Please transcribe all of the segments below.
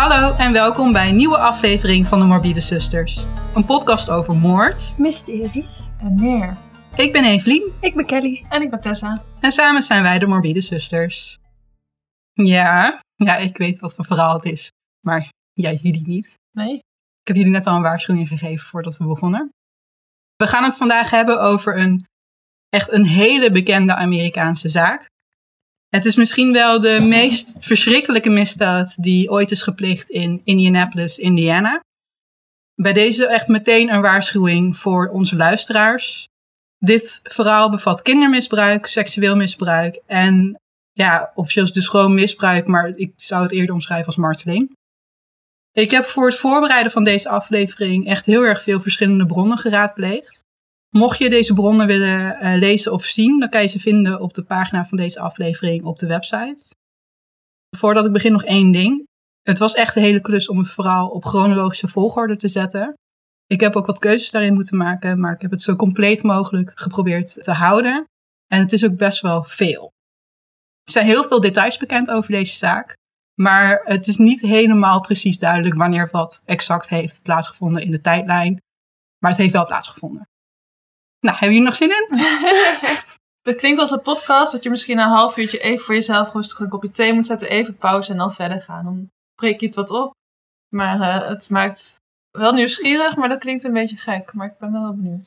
Hallo en welkom bij een nieuwe aflevering van de Morbide Zusters. Een podcast over moord, mysteries en meer. Ik ben Evelien. Ik ben Kelly. En ik ben Tessa. En samen zijn wij de Morbide Zusters. Ja, ik weet wat voor verhaal het is. Maar jullie niet. Nee. Ik heb jullie net al een waarschuwing gegeven voordat we begonnen. We gaan het vandaag hebben over een hele bekende Amerikaanse zaak. Het is misschien wel de meest verschrikkelijke misdaad die ooit is gepleegd in Indianapolis, Indiana. Bij deze echt meteen een waarschuwing voor onze luisteraars. Dit verhaal bevat kindermisbruik, seksueel misbruik en officieel is het dus gewoon misbruik, maar ik zou het eerder omschrijven als marteling. Ik heb voor het voorbereiden van deze aflevering echt heel erg veel verschillende bronnen geraadpleegd. Mocht je deze bronnen willen lezen of zien, dan kan je ze vinden op de pagina van deze aflevering op de website. Voordat ik begin nog één ding. Het was echt een hele klus om het verhaal op chronologische volgorde te zetten. Ik heb ook wat keuzes daarin moeten maken, maar ik heb het zo compleet mogelijk geprobeerd te houden. En het is ook best wel veel. Er zijn heel veel details bekend over deze zaak, maar het is niet helemaal precies duidelijk wanneer wat exact heeft plaatsgevonden in de tijdlijn. Maar het heeft wel plaatsgevonden. Nou, hebben jullie nog zin in? Het klinkt als een podcast dat je misschien een half uurtje even voor jezelf rustig een kopje thee moet zetten, even pauze en dan verder gaan. Dan breek je het wat op. Maar het maakt wel nieuwsgierig, maar dat klinkt een beetje gek. Maar ik ben wel heel benieuwd.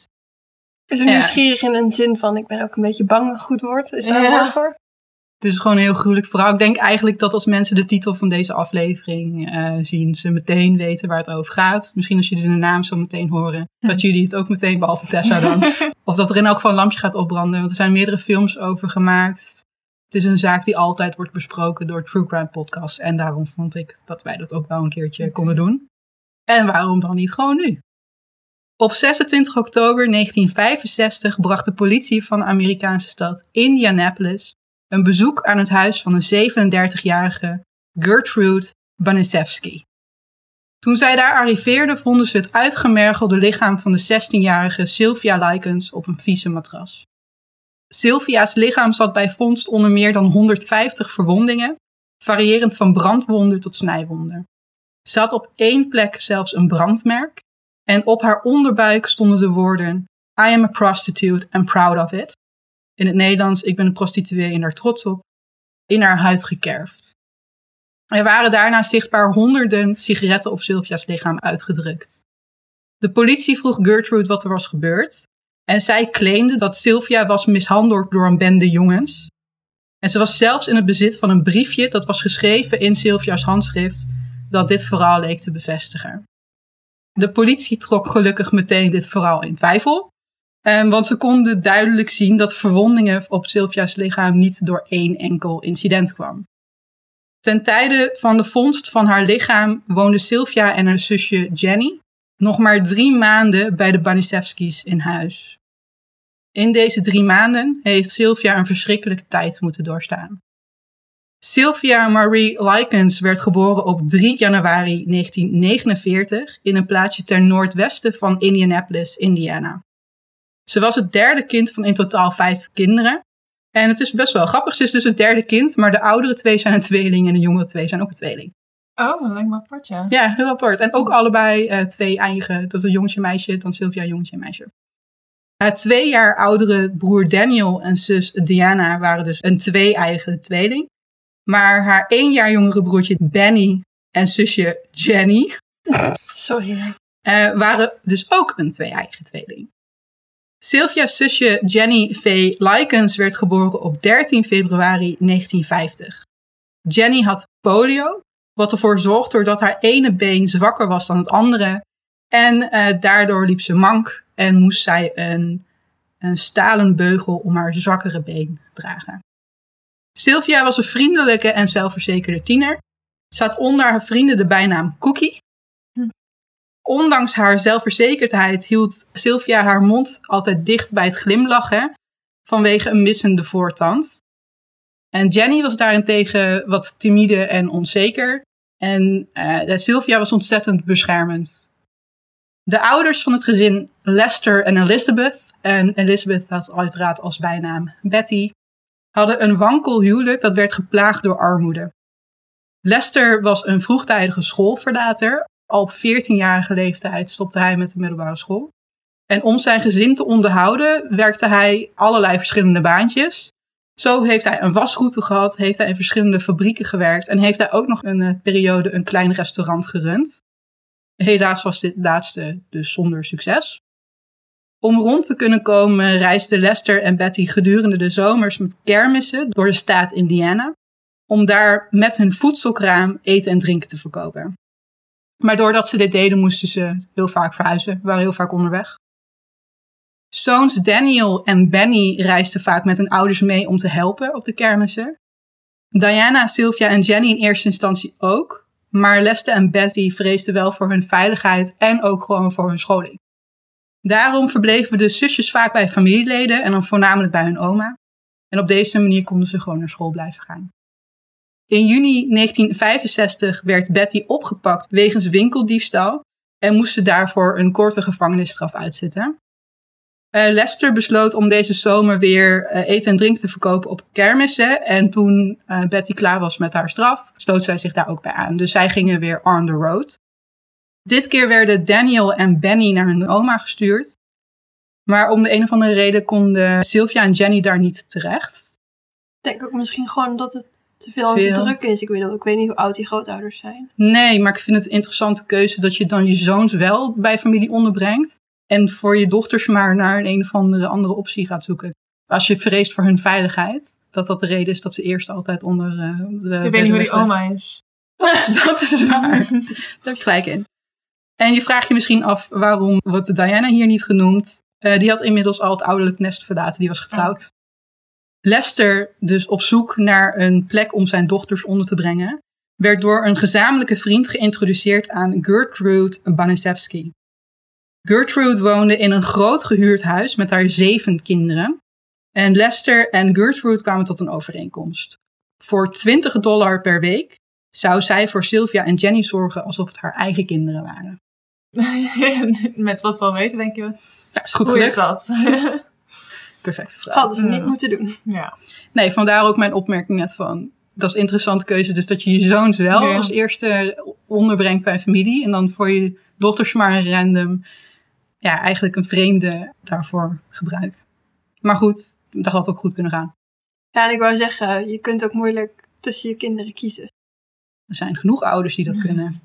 Is het nieuwsgierig in een zin van ik ben ook een beetje bang dat het goed wordt? Is daar een woord voor? Het is gewoon een heel gruwelijk verhaal. Ik denk eigenlijk dat als mensen de titel van deze aflevering zien, ze meteen weten waar het over gaat. Misschien als jullie de naam zo meteen horen, dat jullie het ook meteen, behalve Tessa dan. Of dat er in elk geval een lampje gaat opbranden. Want er zijn meerdere films over gemaakt. Het is een zaak die altijd wordt besproken door True Crime Podcast. En daarom vond ik dat wij dat ook wel een keertje konden doen. En waarom dan niet gewoon nu? Op 26 oktober 1965 bracht de politie van de Amerikaanse stad Indianapolis een bezoek aan het huis van een 37-jarige Gertrude Banisewski. Toen zij daar arriveerden, vonden ze het uitgemergelde lichaam van de 16-jarige Sylvia Likens op een vieze matras. Sylvia's lichaam zat bij vondst onder meer dan 150 verwondingen, variërend van brandwonden tot snijwonden. Ze had op één plek zelfs een brandmerk en op haar onderbuik stonden de woorden I am a prostitute and proud of it. In het Nederlands, ik ben een prostituee en daar trots op, in haar huid gekerfd. Er waren daarna zichtbaar honderden sigaretten op Sylvia's lichaam uitgedrukt. De politie vroeg Gertrude wat er was gebeurd en zij claimde dat Sylvia was mishandeld door een bende jongens. En ze was zelfs in het bezit van een briefje dat was geschreven in Sylvia's handschrift dat dit verhaal leek te bevestigen. De politie trok gelukkig meteen dit verhaal in twijfel. Want ze konden duidelijk zien dat verwondingen op Sylvia's lichaam niet door één enkel incident kwam. Ten tijde van de vondst van haar lichaam woonden Sylvia en haar zusje Jenny nog maar 3 maanden bij de Banisewski's in huis. In deze 3 maanden heeft Sylvia een verschrikkelijke tijd moeten doorstaan. Sylvia Marie Likens werd geboren op 3 januari 1949 in een plaatsje ten noordwesten van Indianapolis, Indiana. Ze was het 3e kind van in totaal 5 kinderen. En het is best wel grappig. Ze is dus het 3e kind, maar de oudere 2 zijn een tweeling en de jongere 2 zijn ook een tweeling. Oh, dat lijkt me apart, ja. Ja, heel apart. En ook allebei 2 eigen. Dat is een jongetje en meisje, dan Sylvia een jongetje en meisje. Haar 2 jaar oudere broer Daniel en zus Diana waren dus een 2 eigen tweeling. Maar haar 1 jaar jongere broertje Benny en zusje Jenny waren dus ook een 2 eigen tweeling. Sylvia's zusje Jenny V. Likens werd geboren op 13 februari 1950. Jenny had polio, wat ervoor zorgde doordat haar ene been zwakker was dan het andere. En daardoor liep ze mank en moest zij een stalen beugel om haar zwakkere been dragen. Sylvia was een vriendelijke en zelfverzekerde tiener. Ze had onder haar vrienden de bijnaam Cookie. Ondanks haar zelfverzekerdheid hield Sylvia haar mond altijd dicht bij het glimlachen vanwege een missende voortand. En Jenny was daarentegen wat timide en onzeker. En Sylvia was ontzettend beschermend. De ouders van het gezin Lester en Elizabeth had uiteraard als bijnaam Betty, hadden een wankel huwelijk dat werd geplaagd door armoede. Lester was een vroegtijdige schoolverlater. Al op 14-jarige leeftijd stopte hij met de middelbare school. En om zijn gezin te onderhouden werkte hij allerlei verschillende baantjes. Zo heeft hij een wasroute gehad, heeft hij in verschillende fabrieken gewerkt en heeft hij ook nog een periode een klein restaurant gerund. Helaas was dit laatste dus zonder succes. Om rond te kunnen komen reisden Lester en Betty gedurende de zomers met kermissen door de staat Indiana. Om daar met hun voedselkraam eten en drinken te verkopen. Maar doordat ze dit deden moesten ze heel vaak verhuizen, waren heel vaak onderweg. Zoons Daniel en Benny reisden vaak met hun ouders mee om te helpen op de kermissen. Diana, Sylvia en Jenny in eerste instantie ook. Maar Lester en Betty vreesden wel voor hun veiligheid en ook gewoon voor hun scholing. Daarom verbleven de zusjes vaak bij familieleden en dan voornamelijk bij hun oma. En op deze manier konden ze gewoon naar school blijven gaan. In juni 1965 werd Betty opgepakt wegens winkeldiefstal en moest ze daarvoor een korte gevangenisstraf uitzitten. Lester besloot om deze zomer weer eten en drinken te verkopen op kermissen. En toen Betty klaar was met haar straf, sloot zij zich daar ook bij aan. Dus zij gingen weer on the road. Dit keer werden Daniel en Benny naar hun oma gestuurd. Maar om de een of andere reden konden Sylvia en Jenny daar niet terecht. Ik denk ook misschien gewoon dat het te veel en te druk is. Ik weet niet hoe oud die grootouders zijn. Nee, maar ik vind het een interessante keuze dat je dan je zoons wel bij familie onderbrengt. En voor je dochters maar naar een of andere optie gaat zoeken. Als je vreest voor hun veiligheid. Dat de reden is dat ze eerst altijd onder de... Ik weet niet hoe die oma is. Dat is waar. Daar heb ik gelijk in. En je vraagt je misschien af waarom wordt Diana hier niet genoemd. Die had inmiddels al het ouderlijk nest verlaten. Die was getrouwd. Ja. Lester, dus op zoek naar een plek om zijn dochters onder te brengen, werd door een gezamenlijke vriend geïntroduceerd aan Gertrude Banisewski. Gertrude woonde in een groot gehuurd huis met haar 7 kinderen. En Lester en Gertrude kwamen tot een overeenkomst. Voor $20 per week zou zij voor Sylvia en Jenny zorgen alsof het haar eigen kinderen waren. Met wat we al weten, denk je? Ja, is goed Hoe gelukt. is dat? Perfecte vraag. Hadden ze niet moeten doen. Ja. Nee, vandaar ook mijn opmerking net van, dat is een interessante keuze. Dus dat je je zoons wel als eerste onderbrengt bij een familie. En dan voor je dochters maar een random, ja, eigenlijk een vreemde daarvoor gebruikt. Maar goed, dat had ook goed kunnen gaan. Ja, en ik wou zeggen, je kunt ook moeilijk tussen je kinderen kiezen. Er zijn genoeg ouders die dat kunnen.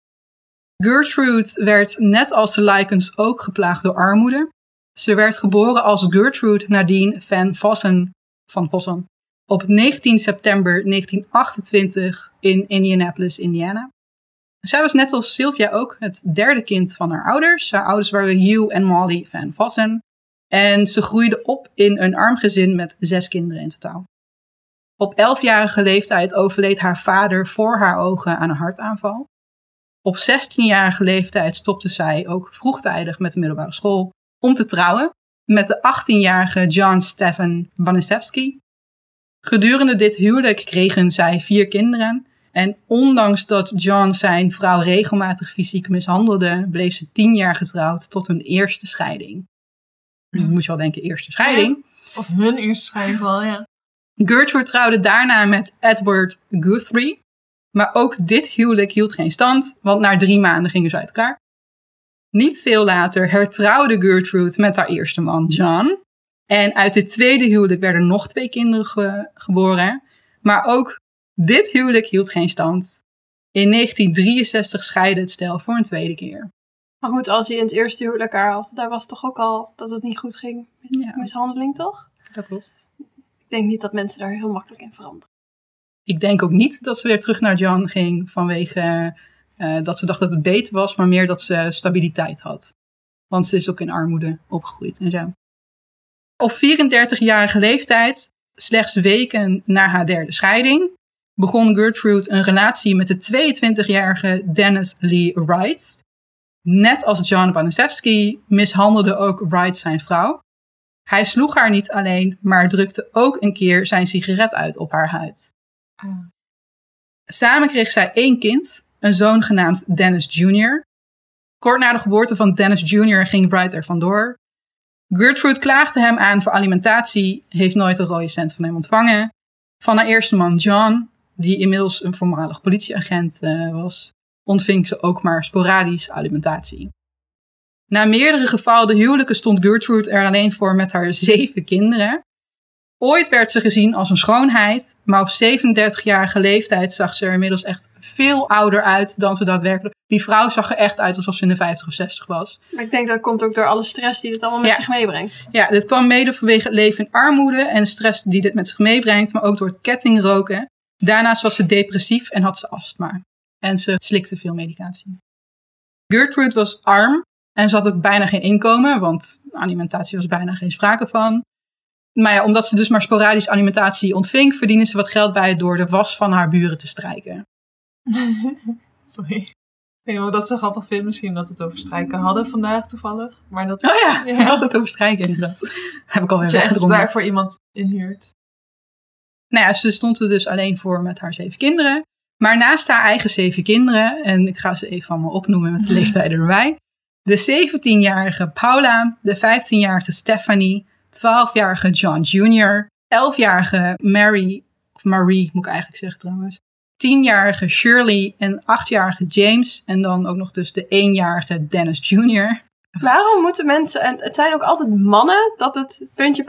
Gertrude werd net als de Likens ook geplaagd door armoede. Ze werd geboren als Gertrude Nadine van Vossen op 19 september 1928 in Indianapolis, Indiana. Zij was net als Sylvia ook het 3e kind van haar ouders. Haar ouders waren Hugh en Molly van Vossen. En ze groeide op in een arm gezin met 6 kinderen in totaal. Op 11-jarige leeftijd overleed haar vader voor haar ogen aan een hartaanval. Op 16-jarige leeftijd stopte zij ook vroegtijdig met de middelbare school om te trouwen met de 18-jarige John Stephen Banisewski. Gedurende dit huwelijk kregen zij 4 kinderen. En ondanks dat John zijn vrouw regelmatig fysiek mishandelde, bleef ze 10 jaar getrouwd tot hun eerste scheiding. Nu moet je wel denken, eerste scheiding. Ja, of hun eerste scheiding vooral, ja. Gertrude trouwde daarna met Edward Guthrie. Maar ook dit huwelijk hield geen stand, want na 3 maanden gingen ze uit elkaar. Niet veel later hertrouwde Gertrude met haar eerste man, John. En uit dit tweede huwelijk werden nog 2 kinderen geboren. Maar ook dit huwelijk hield geen stand. In 1963 scheidde het stel voor een tweede keer. Maar goed, als je in het eerste huwelijk daar was toch ook al dat het niet goed ging met mishandeling, toch? Dat klopt. Ik denk niet dat mensen daar heel makkelijk in veranderen. Ik denk ook niet dat ze weer terug naar John ging vanwege dat ze dacht dat het beter was, maar meer dat ze stabiliteit had. Want ze is ook in armoede opgegroeid en zo. Op 34-jarige leeftijd, slechts weken na haar 3e scheiding, begon Gertrude een relatie met de 22-jarige Dennis Lee Wright. Net als John Banisewski mishandelde ook Wright zijn vrouw. Hij sloeg haar niet alleen, maar drukte ook een keer zijn sigaret uit op haar huid. Samen kreeg zij 1 kind, een zoon genaamd Dennis Jr. Kort na de geboorte van Dennis Jr. ging Wright er vandoor. Gertrude klaagde hem aan voor alimentatie, heeft nooit een rode cent van hem ontvangen. Van haar eerste man John die inmiddels een voormalig politieagent was, ontving ze ook maar sporadisch alimentatie. Na meerdere gefaalde huwelijken stond Gertrude er alleen voor met haar 7 kinderen. Ooit werd ze gezien als een schoonheid, maar op 37-jarige leeftijd zag ze er inmiddels echt veel ouder uit dan ze daadwerkelijk. Die vrouw zag er echt uit alsof ze in de 50 of 60 was. Maar ik denk dat komt ook door alle stress die dit allemaal met zich meebrengt. Ja, dit kwam mede vanwege het leven in armoede en de stress die dit met zich meebrengt, maar ook door het kettingroken. Daarnaast was ze depressief en had ze astma. En ze slikte veel medicatie. Gertrude was arm en ze had ook bijna geen inkomen, want alimentatie was bijna geen sprake van. Maar ja, omdat ze dus maar sporadisch alimentatie ontving, verdiende ze wat geld bij door de was van haar buren te strijken. Sorry. Ik denk wel dat ze grappig vindt misschien dat we het over strijken hadden vandaag toevallig. Maar dat, Oh ja, we hadden het over strijken inderdaad. Heb ik alweer dat je echt weggedrongen. daarvoor iemand inhuurt. Nou ja, ze stond er dus alleen voor met haar 7 kinderen. Maar naast haar eigen 7 kinderen, en ik ga ze even allemaal opnoemen met de leeftijden erbij. De 17-jarige Paula, de 15-jarige Stephanie, 12-jarige John Jr., 11-jarige Marie moet ik eigenlijk zeggen trouwens, 10-jarige Shirley en 8-jarige James en dan ook nog dus de 1-jarige Dennis Jr. Waarom moeten mensen, en het zijn ook altijd mannen, dat het ...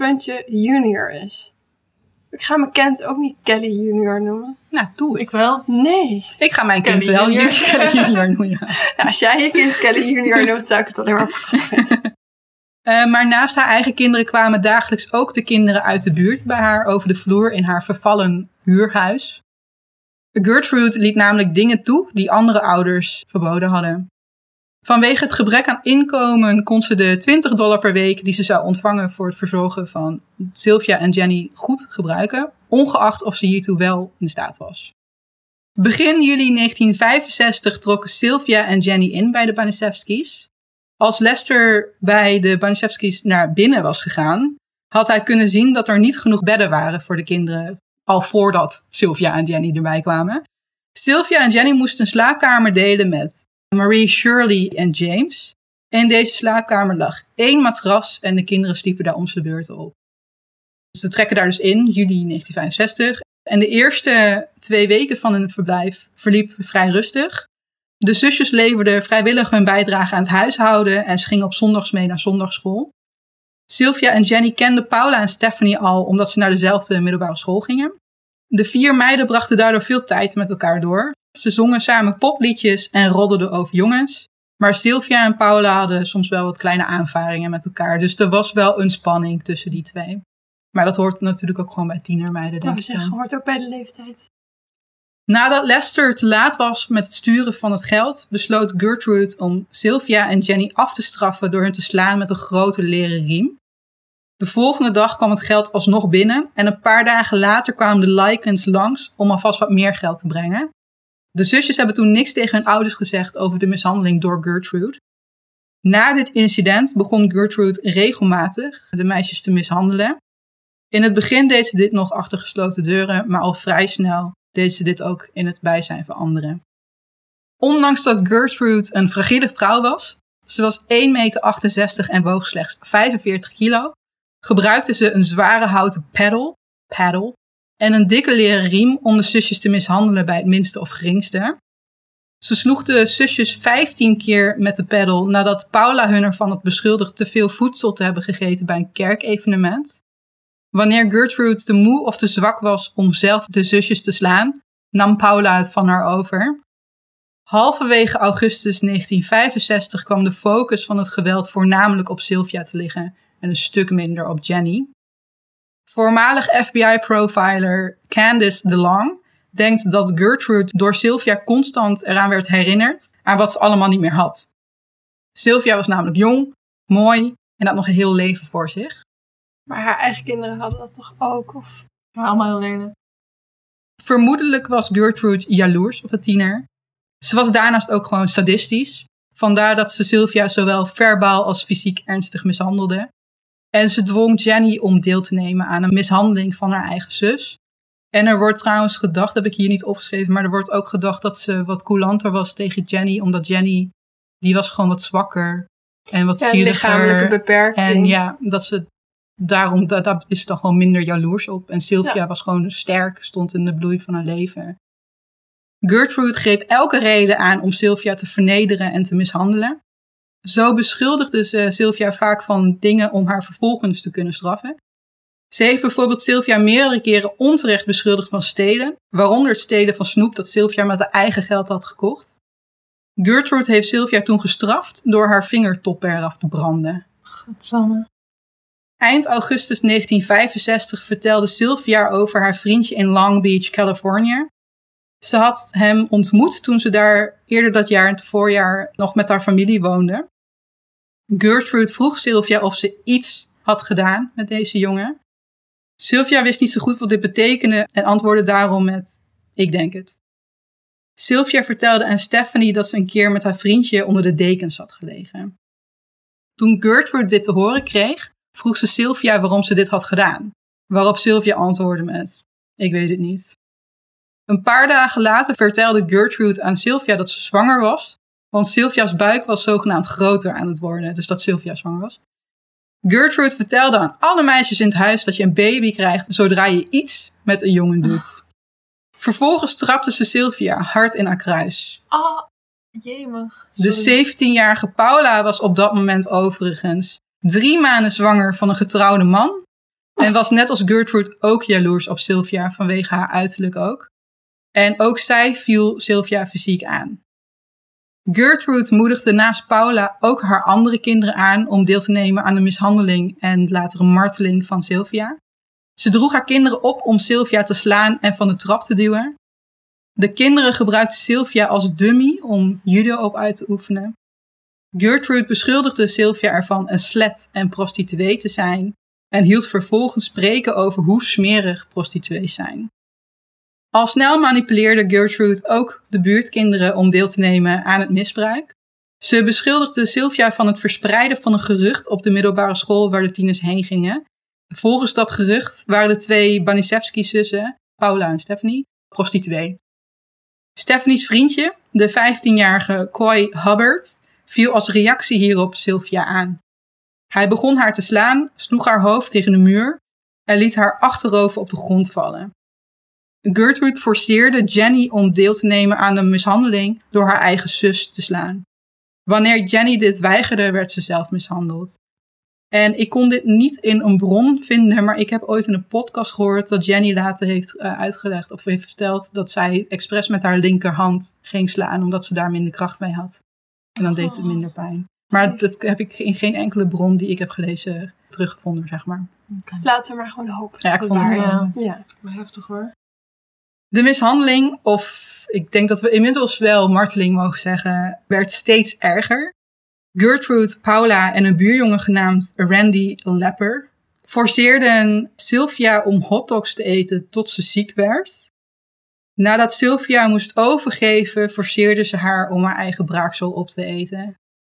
junior is? Ik ga mijn kind ook niet Kelly junior noemen. Nou, doe het. Ik wel. Nee. Ik ga mijn kind Kelly wel Junior. Kelly Junior noemen. Ja. Ja, als jij je kind Kelly junior noemt, zou ik het alleen maar prachtig. Maar naast haar eigen kinderen kwamen dagelijks ook de kinderen uit de buurt bij haar over de vloer in haar vervallen huurhuis. Gertrude liet namelijk dingen toe die andere ouders verboden hadden. Vanwege het gebrek aan inkomen kon ze de $20 per week die ze zou ontvangen voor het verzorgen van Sylvia en Jenny goed gebruiken, ongeacht of ze hiertoe wel in staat was. Begin juli 1965 trokken Sylvia en Jenny in bij de Banishevskis. Als Lester bij de Banishevskis naar binnen was gegaan, had hij kunnen zien dat er niet genoeg bedden waren voor de kinderen, al voordat Sylvia en Jenny erbij kwamen. Sylvia en Jenny moesten een slaapkamer delen met Marie, Shirley en James. In deze slaapkamer lag 1 matras en de kinderen sliepen daar om z'n beurten op. Ze trekken daar dus in, juli 1965. En de eerste 2 weken van hun verblijf verliep vrij rustig. De zusjes leverden vrijwillig hun bijdrage aan het huishouden en ze gingen op zondags mee naar zondagsschool. Sylvia en Jenny kenden Paula en Stephanie al omdat ze naar dezelfde middelbare school gingen. De 4 meiden brachten daardoor veel tijd met elkaar door. Ze zongen samen popliedjes en roddelden over jongens. Maar Sylvia en Paula hadden soms wel wat kleine aanvaringen met elkaar. Dus er was wel een spanning tussen die 2. Maar dat hoort natuurlijk ook gewoon bij tienermeiden, denk ik. Zeggen, hoort ook bij de leeftijd. Nadat Lester te laat was met het sturen van het geld, besloot Gertrude om Sylvia en Jenny af te straffen door hen te slaan met een grote leren riem. De volgende dag kwam het geld alsnog binnen en een paar dagen later kwamen de Likens langs om alvast wat meer geld te brengen. De zusjes hebben toen niks tegen hun ouders gezegd over de mishandeling door Gertrude. Na dit incident begon Gertrude regelmatig de meisjes te mishandelen. In het begin deed ze dit nog achter gesloten deuren, maar al vrij snel deed ze dit ook in het bijzijn van anderen. Ondanks dat Gertrude een fragiele vrouw was, ze was 1,68 meter en woog slechts 45 kilo, gebruikte ze een zware houten paddle en een dikke leren riem om de zusjes te mishandelen bij het minste of geringste. Ze sloeg de zusjes 15 keer met de paddle nadat Paula hun ervan had beschuldigd te veel voedsel te hebben gegeten bij een kerkevenement. Wanneer Gertrude te moe of te zwak was om zelf de zusjes te slaan, nam Paula het van haar over. Halverwege augustus 1965 kwam de focus van het geweld voornamelijk op Sylvia te liggen en een stuk minder op Jenny. Voormalig FBI-profiler Candice DeLong denkt dat Gertrude door Sylvia constant eraan werd herinnerd aan wat ze allemaal niet meer had. Sylvia was namelijk jong, mooi en had nog een heel leven voor zich. Maar haar eigen kinderen hadden dat toch ook? Of? Maar allemaal heel lelijk. Vermoedelijk was Gertrude jaloers op de tiener. Ze was daarnaast ook gewoon sadistisch. Vandaar dat ze Sylvia zowel verbaal als fysiek ernstig mishandelde. En ze dwong Jenny om deel te nemen aan een mishandeling van haar eigen zus. En er wordt trouwens gedacht, heb ik hier niet opgeschreven, maar er wordt ook gedacht dat ze wat coulanter was tegen Jenny. Omdat Jenny, die was gewoon wat zwakker en wat zieliger. Lichamelijke beperking. En ja, dat ze daarom daar is ze dan gewoon minder jaloers op. En Sylvia was gewoon sterk, stond in de bloei van haar leven. Gertrude greep elke reden aan om Sylvia te vernederen en te mishandelen. Zo beschuldigde ze Sylvia vaak van dingen om haar vervolgens te kunnen straffen. Ze heeft bijvoorbeeld Sylvia meerdere keren onterecht beschuldigd van stelen, waaronder het stelen van snoep dat Sylvia met haar eigen geld had gekocht. Gertrude heeft Sylvia toen gestraft door haar vingertoppen eraf te branden. Godsamme. Eind augustus 1965 vertelde Sylvia over haar vriendje in Long Beach, Californië. Ze had hem ontmoet toen ze daar eerder dat jaar, in het voorjaar, nog met haar familie woonde. Gertrude vroeg Sylvia of ze iets had gedaan met deze jongen. Sylvia wist niet zo goed wat dit betekende en antwoordde daarom met: ik denk het. Sylvia vertelde aan Stephanie dat ze een keer met haar vriendje onder de dekens had gelegen. Toen Gertrude dit te horen kreeg, vroeg ze Sylvia waarom ze dit had gedaan. Waarop Sylvia antwoordde met: ik weet het niet. Een paar dagen later vertelde Gertrude aan Sylvia dat ze zwanger was, want Sylvia's buik was zogenaamd groter aan het worden, dus dat Sylvia zwanger was. Gertrude vertelde aan alle meisjes in het huis dat je een baby krijgt zodra je iets met een jongen doet. Vervolgens trapte ze Sylvia hard in haar kruis. Ah, jemig. De 17-jarige Paula was op dat moment overigens 3 maanden zwanger van een getrouwde man en was net als Gertrude ook jaloers op Sylvia vanwege haar uiterlijk ook. En ook zij viel Sylvia fysiek aan. Gertrude moedigde naast Paula ook haar andere kinderen aan om deel te nemen aan de mishandeling en latere marteling van Sylvia. Ze droeg haar kinderen op om Sylvia te slaan en van de trap te duwen. De kinderen gebruikten Sylvia als dummy om judo op uit te oefenen. Gertrude beschuldigde Sylvia ervan een slet en prostituee te zijn en hield vervolgens spreken over hoe smerig prostituees zijn. Al snel manipuleerde Gertrude ook de buurtkinderen om deel te nemen aan het misbruik. Ze beschuldigde Sylvia van het verspreiden van een gerucht op de middelbare school waar de tieners heen gingen. Volgens dat gerucht waren de 2 Banisewski-zussen, Paula en Stephanie, prostituee. Stephanie's vriendje, de 15-jarige Coy Hubbard, viel als reactie hierop Sylvia aan. Hij begon haar te slaan, sloeg haar hoofd tegen de muur en liet haar achterover op de grond vallen. Gertrude forceerde Jenny om deel te nemen aan de mishandeling door haar eigen zus te slaan. Wanneer Jenny dit weigerde, werd ze zelf mishandeld. En ik kon dit niet in een bron vinden, maar ik heb ooit in een podcast gehoord dat Jenny later heeft uitgelegd of heeft verteld dat zij expres met haar linkerhand ging slaan omdat ze daar minder kracht mee had. En dan deed het minder pijn. Maar dat heb ik in geen enkele bron die ik heb gelezen teruggevonden, zeg maar. Laten we maar gewoon hopen. Ja, ik vond het Ja. Maar heftig hoor. De mishandeling, of ik denk dat we inmiddels wel marteling mogen zeggen, werd steeds erger. Gertrude, Paula en een buurjongen genaamd Randy Lepper forceerden Sylvia om hotdogs te eten tot ze ziek werd. Nadat Sylvia moest overgeven, forceerden ze haar om haar eigen braaksel op te eten.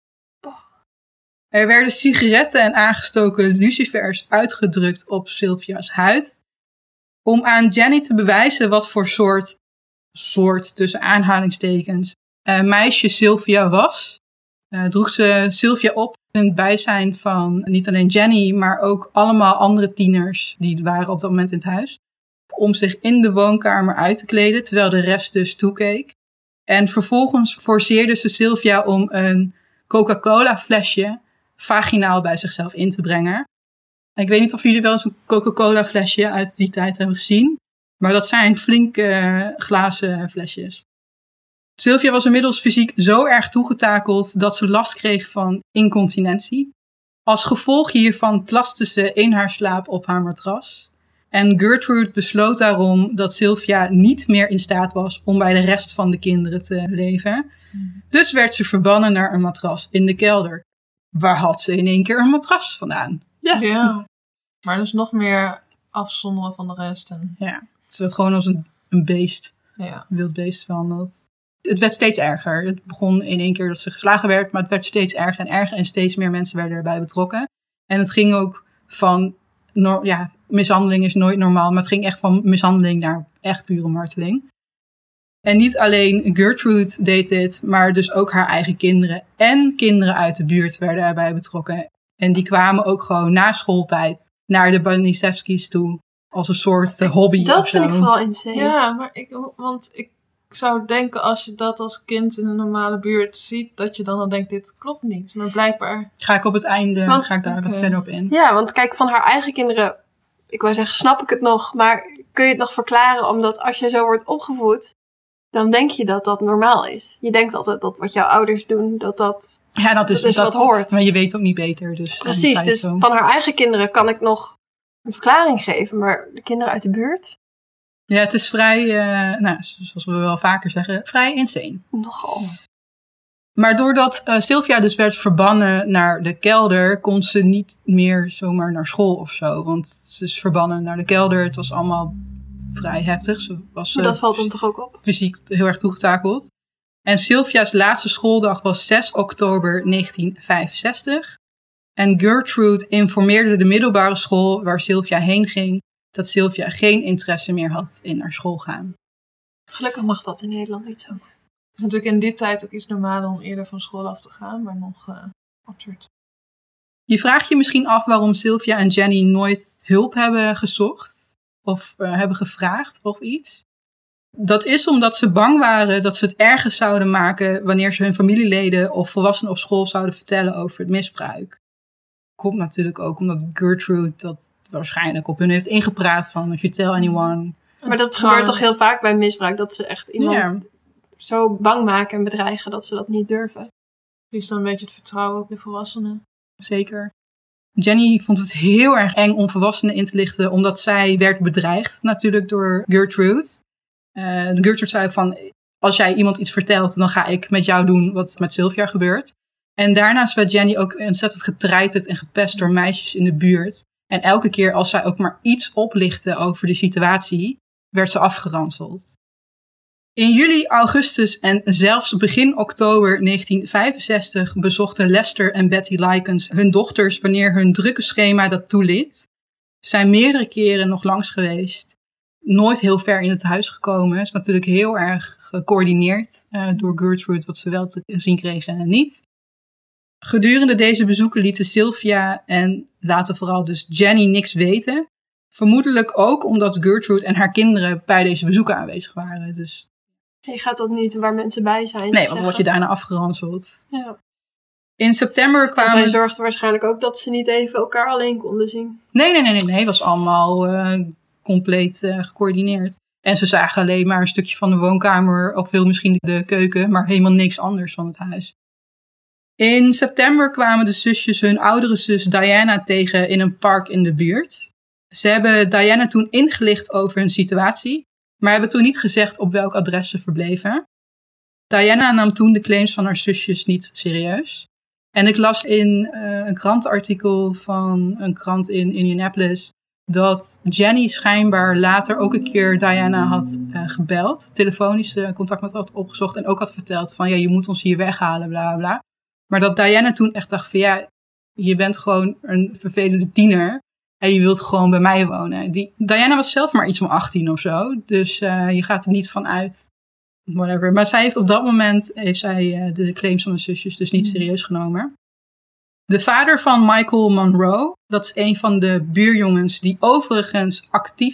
Er werden sigaretten en aangestoken lucifers uitgedrukt op Sylvia's huid. Om aan Jenny te bewijzen wat voor soort tussen aanhalingstekens, meisje Sylvia was, droeg ze Sylvia op in het bijzijn van niet alleen Jenny, maar ook allemaal andere tieners die waren op dat moment in het huis. Om zich in de woonkamer uit te kleden, terwijl de rest dus toekeek. En vervolgens forceerde ze Sylvia om een Coca-Cola flesje vaginaal bij zichzelf in te brengen. Ik weet niet of jullie wel eens een Coca-Cola flesje uit die tijd hebben gezien. Maar dat zijn flinke glazen flesjes. Sylvia was inmiddels fysiek zo erg toegetakeld dat ze last kreeg van incontinentie. Als gevolg hiervan plaste ze in haar slaap op haar matras. En Gertrude besloot daarom dat Sylvia niet meer in staat was om bij de rest van de kinderen te leven. Dus werd ze verbannen naar een matras in de kelder. Waar had ze in één keer een matras vandaan? Ja. Maar dus nog meer afzonderen van de rest. En... Ja, ze werd gewoon als een beest, Ja. een wild beest behandeld. Het werd steeds erger. Het begon in één keer dat ze geslagen werd, maar het werd steeds erger en erger. En steeds meer mensen werden erbij betrokken. En het ging ook van, mishandeling is nooit normaal, maar het ging echt van mishandeling naar echt pure marteling. En niet alleen Gertrude deed dit, maar dus ook haar eigen kinderen en kinderen uit de buurt werden erbij betrokken. En die kwamen ook gewoon na schooltijd naar de Banisevskis toe. Als een soort hobby of Dat zo. vind ik vooral insane. Ja, maar ik zou denken als je dat als kind in een normale buurt ziet, dat je dan al denkt, dit klopt niet. Maar blijkbaar... Ga ik op het einde ga ik daar wat verder op in. Ja, want kijk, van haar eigen kinderen, ik wou zeggen, snap ik het nog. Maar kun je het nog verklaren? Omdat als je zo wordt opgevoed, dan denk je dat dat normaal is. Je denkt altijd dat wat jouw ouders doen, dat Ja, dat is wat hoort. Maar je weet ook niet beter. Dus Precies, dus van haar eigen kinderen kan ik nog een verklaring geven. Maar de kinderen uit de buurt? Ja, het is vrij, zoals we wel vaker zeggen, vrij insane. Nogal. Maar doordat Sylvia dus werd verbannen naar de kelder, kon ze niet meer zomaar naar school of zo. Want ze is verbannen naar de kelder. Het was allemaal vrij heftig. Ze was Maar dat valt dan toch ook op? fysiek heel erg toegetakeld. En Sylvia's laatste schooldag was 6 oktober 1965. En Gertrude informeerde de middelbare school waar Sylvia heen ging, dat Sylvia geen interesse meer had in naar school gaan. Gelukkig mag dat in Nederland niet zo. Het is natuurlijk in die tijd ook iets normaler om eerder van school af te gaan, maar nog absurd. Je vraagt je misschien af waarom Sylvia en Jenny nooit hulp hebben gezocht of hebben gevraagd of iets. Dat is omdat ze bang waren dat ze het erger zouden maken wanneer ze hun familieleden of volwassenen op school zouden vertellen over het misbruik. Komt natuurlijk ook omdat Gertrude dat waarschijnlijk op hun heeft ingepraat van if you tell anyone. Maar dat gebeurt toch heel vaak bij misbruik, dat ze echt iemand zo bang maken en bedreigen dat ze dat niet durven. Die is dan een beetje het vertrouwen ook in volwassenen. Zeker. Jenny vond het heel erg eng om volwassenen in te lichten, omdat zij werd bedreigd natuurlijk door Gertrude. Gertrude zei van, als jij iemand iets vertelt, dan ga ik met jou doen wat met Sylvia gebeurt. En daarnaast werd Jenny ook ontzettend getreiterd en gepest door meisjes in de buurt. En elke keer als zij ook maar iets oplichtte over de situatie, werd ze afgeranseld. In juli, augustus en zelfs begin oktober 1965 bezochten Lester en Betty Likens hun dochters wanneer hun drukke schema dat toeliet. Ze zijn meerdere keren nog langs geweest. Nooit heel ver in het huis gekomen. Is natuurlijk heel erg gecoördineerd door Gertrude, wat ze wel te zien kregen en niet. Gedurende deze bezoeken lieten Sylvia en later vooral dus Jenny niks weten. Vermoedelijk ook omdat Gertrude en haar kinderen bij deze bezoeken aanwezig waren. Dus Je gaat dat niet waar mensen bij zijn. nee, want dan word je daarna afgeranseld. Ja. In september En kwamen... zij zorgden waarschijnlijk ook dat ze niet even elkaar alleen konden zien. Nee. Het was allemaal compleet gecoördineerd. En ze zagen alleen maar een stukje van de woonkamer, of heel misschien de keuken, maar helemaal niks anders van het huis. In september kwamen de zusjes hun oudere zus Diana tegen in een park in de buurt. Ze hebben Diana toen ingelicht over hun situatie, maar hebben toen niet gezegd op welk adres ze verbleven. Diana nam toen de claims van haar zusjes niet serieus. En ik las in een krantenartikel van een krant in Indianapolis dat Jenny schijnbaar later ook een keer Diana had gebeld, telefonisch contact met haar had opgezocht en ook had verteld van ja, je moet ons hier weghalen, bla bla. Maar dat Diana toen echt dacht van ja, je bent gewoon een vervelende tiener en je wilt gewoon bij mij wonen. Diana was zelf maar iets van 18 of zo, dus je gaat er niet van uit. Whatever. Maar zij heeft op dat moment de claims van de zusjes dus niet serieus genomen. De vader van Michael Monroe, dat is een van de buurjongens die overigens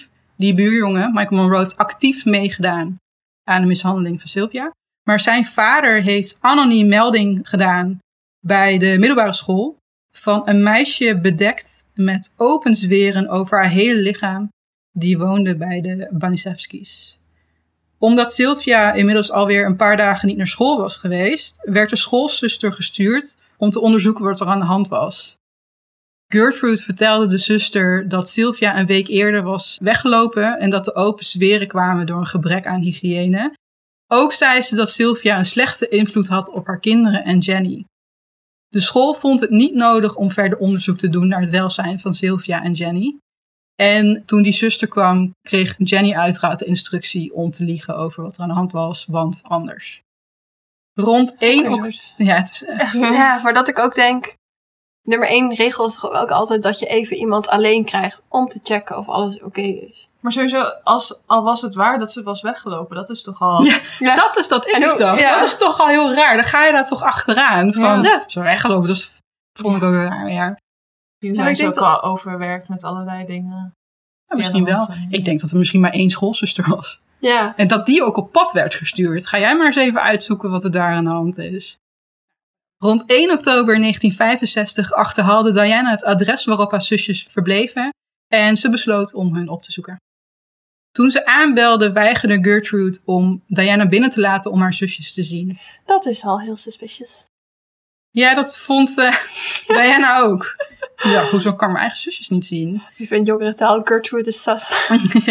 Michael Monroe heeft actief meegedaan aan de mishandeling van Sylvia. Maar zijn vader heeft anoniem melding gedaan bij de middelbare school van een meisje bedekt met open zweren over haar hele lichaam die woonde bij de Banisevskis. Omdat Sylvia inmiddels alweer een paar dagen niet naar school was geweest, werd de schoolzuster gestuurd om te onderzoeken wat er aan de hand was. Gertrude vertelde de zuster dat Sylvia een week eerder was weggelopen en dat de open zweren kwamen door een gebrek aan hygiëne. Ook zei ze dat Sylvia een slechte invloed had op haar kinderen en Jenny. De school vond het niet nodig om verder onderzoek te doen naar het welzijn van Sylvia en Jenny. En toen die zuster kwam, kreeg Jenny uiteraard de instructie om te liegen over wat er aan de hand was, want anders. Rond 1 oktober... Ja, het is echt... Ja, maar dat ik ook denk, nummer 1 regel is toch ook altijd dat je even iemand alleen krijgt om te checken of alles oké is. Maar sowieso, al was het waar dat ze was weggelopen, dat is toch al... Ja. Dat is dat ik dacht. Ja. Dat is toch al heel raar. Dan ga je daar toch achteraan. Van, ze weggelopen, dat vond ik ook raar. Ja. Die Ja, zijn ik ze denk ook al overwerkt met allerlei dingen. Ja, misschien aan de hand wel. zijn. Ik denk dat er misschien maar 1 schoolzuster was. Ja. En dat die ook op pad werd gestuurd. Ga jij maar eens even uitzoeken wat er daar aan de hand is. Rond 1 oktober 1965 achterhaalde Diana het adres waarop haar zusjes verbleven en ze besloot om hun op te zoeken. Toen ze aanbelde, weigerde Gertrude om Diana binnen te laten om haar zusjes te zien. Dat is al heel suspicious. Ja, dat vond Diana ook. Ja, hoezo kan ik mijn eigen zusjes niet zien? Ik vind jongere taal, Gertrude is sus.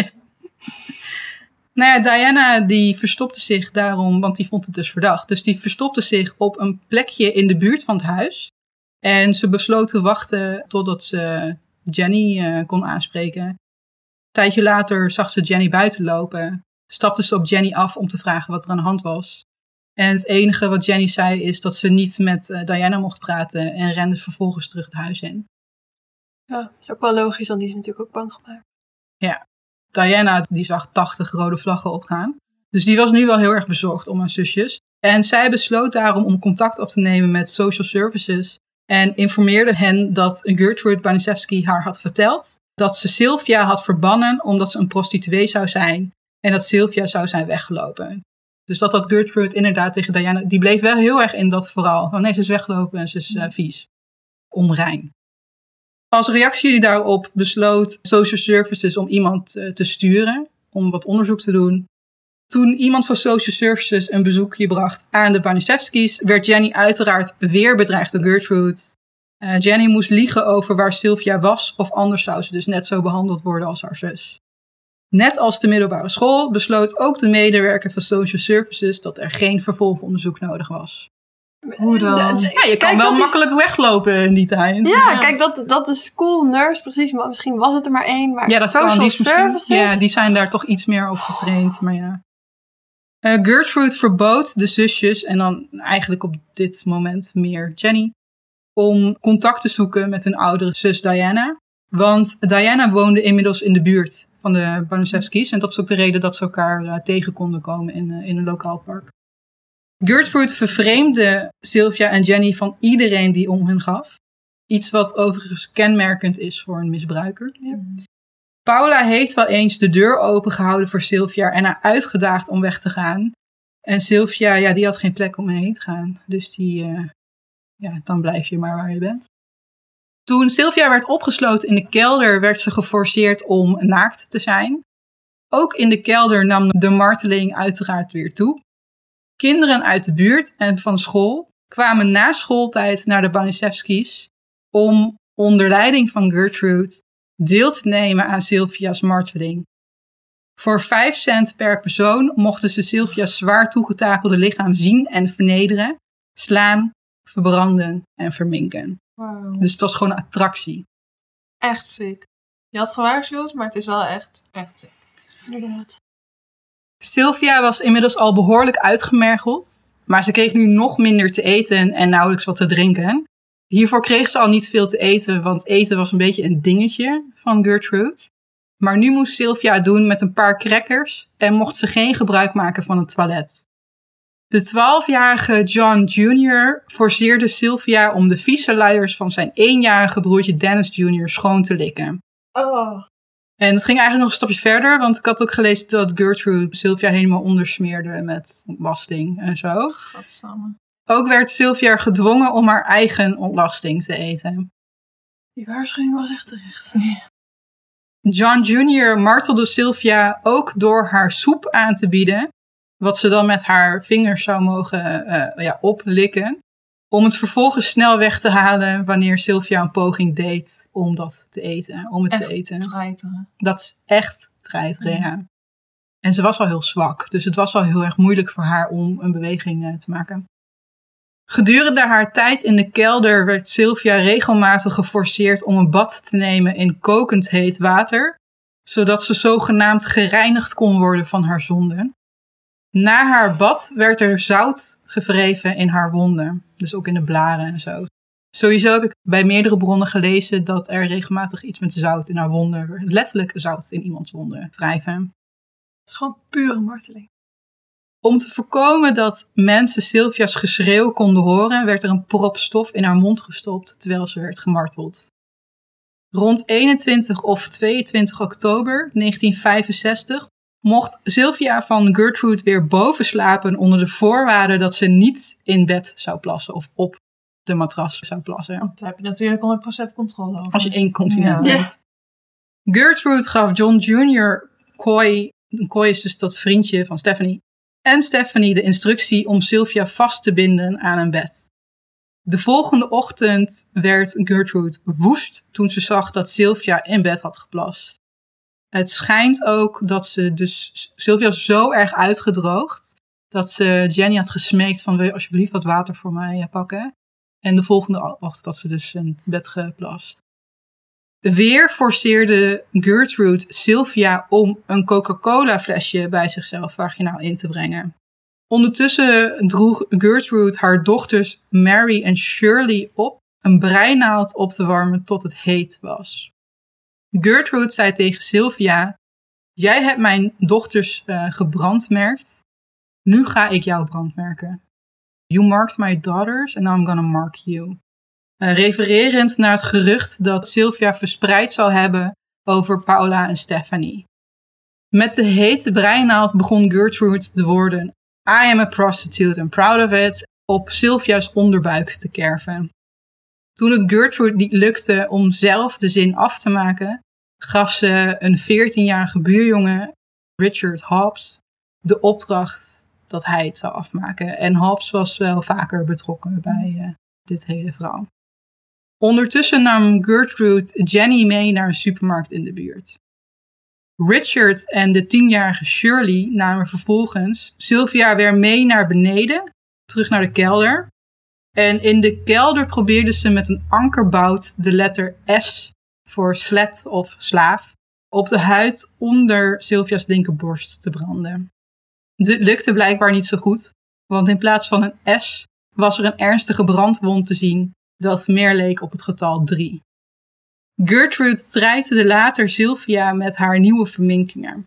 Nou ja, Diana die verstopte zich daarom, want die vond het dus verdacht. Dus die verstopte zich op een plekje in de buurt van het huis. En ze besloot te wachten totdat ze Jenny kon aanspreken. Een tijdje later zag ze Jenny buiten lopen. Stapte ze op Jenny af om te vragen wat er aan de hand was. En het enige wat Jenny zei is dat ze niet met Diana mocht praten en rende vervolgens terug het huis in. Ja, is ook wel logisch, want die is natuurlijk ook bang gemaakt. Ja, Diana die zag 80 rode vlaggen opgaan. Dus die was nu wel heel erg bezorgd om haar zusjes. En zij besloot daarom om contact op te nemen met social services. En informeerde hen dat Gertrude Baniszewski haar had verteld dat ze Sylvia had verbannen omdat ze een prostituee zou zijn. En dat Sylvia zou zijn weggelopen. Dus dat had Gertrude inderdaad tegen Diana. Die bleef wel heel erg in dat verhaal. Van nee, ze is weggelopen en ze is vies. Onrein. Als reactie daarop besloot social services om iemand te sturen. Om wat onderzoek te doen. Toen iemand van social services een bezoekje bracht aan de Baniszewski's, werd Jenny uiteraard weer bedreigd door Gertrude. Jenny moest liegen over waar Sylvia was, of anders zou ze dus net zo behandeld worden als haar zus. Net als de middelbare school besloot ook de medewerker van social services dat er geen vervolgonderzoek nodig was. Hoe dan? Ja, je kan wel makkelijk weglopen in die tijd. Ja, kijk, dat de school nurse, precies. Maar misschien was het er maar 1. Maar Ja, dat social kan. services. Ja, die zijn daar toch iets meer op getraind. Maar ja. Gertrude verbood de zusjes, en dan eigenlijk op dit moment meer Jenny, om contact te zoeken met hun oudere zus Diana. Want Diana woonde inmiddels in de buurt van de Baniszewski's. En dat is ook de reden dat ze elkaar tegen konden komen in een lokaal park. Gertrude vervreemde Sylvia en Jenny van iedereen die om hen gaf. Iets wat overigens kenmerkend is voor een misbruiker. Ja. Paula heeft wel eens de deur opengehouden voor Sylvia en haar uitgedaagd om weg te gaan. En Sylvia, ja, die had geen plek om heen te gaan. Dus dan blijf je maar waar je bent. Toen Sylvia werd opgesloten in de kelder, werd ze geforceerd om naakt te zijn. Ook in de kelder nam de marteling uiteraard weer toe. Kinderen uit de buurt en van school kwamen na schooltijd naar de Baniszewski's om onder leiding van Gertrude deel te nemen aan Sylvia's marteling. Voor 5 cent per persoon mochten ze Sylvia's zwaar toegetakelde lichaam zien en vernederen, slaan, verbranden en verminken. Wow. Dus het was gewoon een attractie. Echt sick. Je had gewaarschuwd, maar het is wel echt sick. Inderdaad. Sylvia was inmiddels al behoorlijk uitgemergeld, maar ze kreeg nu nog minder te eten en nauwelijks wat te drinken. Hiervoor kreeg ze al niet veel te eten, want eten was een beetje een dingetje van Gertrude. Maar nu moest Sylvia het doen met een paar crackers en mocht ze geen gebruik maken van het toilet. De 12-jarige John Jr. forceerde Sylvia om de vieze luiers van zijn 1-jarige broertje Dennis Jr. schoon te likken. Oh. En het ging eigenlijk nog een stapje verder, want ik had ook gelezen dat Gertrude Sylvia helemaal ondersmeerde met ontlasting en zo. Godsamme. Ook werd Sylvia gedwongen om haar eigen ontlasting te eten. Die waarschuwing was echt terecht. John Jr. martelde Sylvia ook door haar soep aan te bieden, wat ze dan met haar vingers zou mogen oplikken, om het vervolgens snel weg te halen wanneer Sylvia een poging deed om dat te eten. Om het Echt te eten. treiteren. Dat is echt treiteren, ja. En ze was al heel zwak, dus het was al heel erg moeilijk voor haar om een beweging te maken. Gedurende haar tijd in de kelder werd Sylvia regelmatig geforceerd om een bad te nemen in kokend heet water, zodat ze zogenaamd gereinigd kon worden van haar zonden. Na haar bad werd er zout gewreven in haar wonden, dus ook in de blaren en zo. Sowieso heb ik bij meerdere bronnen gelezen dat er regelmatig iets met zout in haar wonden, letterlijk zout in iemands wonden, wrijven. Het is gewoon pure marteling. Om te voorkomen dat mensen Sylvia's geschreeuw konden horen, werd er een prop stof in haar mond gestopt terwijl ze werd gemarteld. Rond 21 of 22 oktober 1965 mocht Sylvia van Gertrude weer boven slapen onder de voorwaarde dat ze niet in bed zou plassen of op de matras zou plassen. Daar heb je natuurlijk 100% controle over. Als je incontinent Ja. bent. Gertrude gaf John Jr. Coy is dus dat vriendje van Stephanie, en Stephanie de instructie om Sylvia vast te binden aan een bed. De volgende ochtend werd Gertrude woest toen ze zag dat Sylvia in bed had geplast. Het schijnt ook dat Sylvia was zo erg uitgedroogd dat ze Jenny had gesmeekt van wil je alsjeblieft wat water voor mij pakken. En de volgende ochtend had ze dus in bed geplast. Weer forceerde Gertrude Sylvia om een Coca-Cola flesje bij zichzelf vaginaal in te brengen. Ondertussen droeg Gertrude haar dochters Mary en Shirley op een breinaald op te warmen tot het heet was. Gertrude zei tegen Sylvia, jij hebt mijn dochters gebrandmerkt, nu ga ik jou brandmerken. You marked my daughters and now I'm gonna mark you. Refererend naar het gerucht dat Sylvia verspreid zou hebben over Paula en Stephanie. Met de hete breinaald begon Gertrude de woorden I am a prostitute and proud of it op Sylvia's onderbuik te kerven. Toen het Gertrude niet lukte om zelf de zin af te maken, gaf ze een 14-jarige buurjongen, Richard Hobbs, de opdracht dat hij het zou afmaken. En Hobbs was wel vaker betrokken bij dit hele verhaal. Ondertussen nam Gertrude Jenny mee naar een supermarkt in de buurt. Richard en de 10-jarige Shirley namen vervolgens Sylvia weer mee naar beneden, terug naar de kelder. En in de kelder probeerden ze met een ankerbout de letter S voor slet of slaaf op de huid onder Sylvia's linkerborst te branden. Dit lukte blijkbaar niet zo goed, want in plaats van een S was er een ernstige brandwond te zien dat meer leek op het getal 3. Gertrude dreigde later Sylvia met haar nieuwe verminkingen.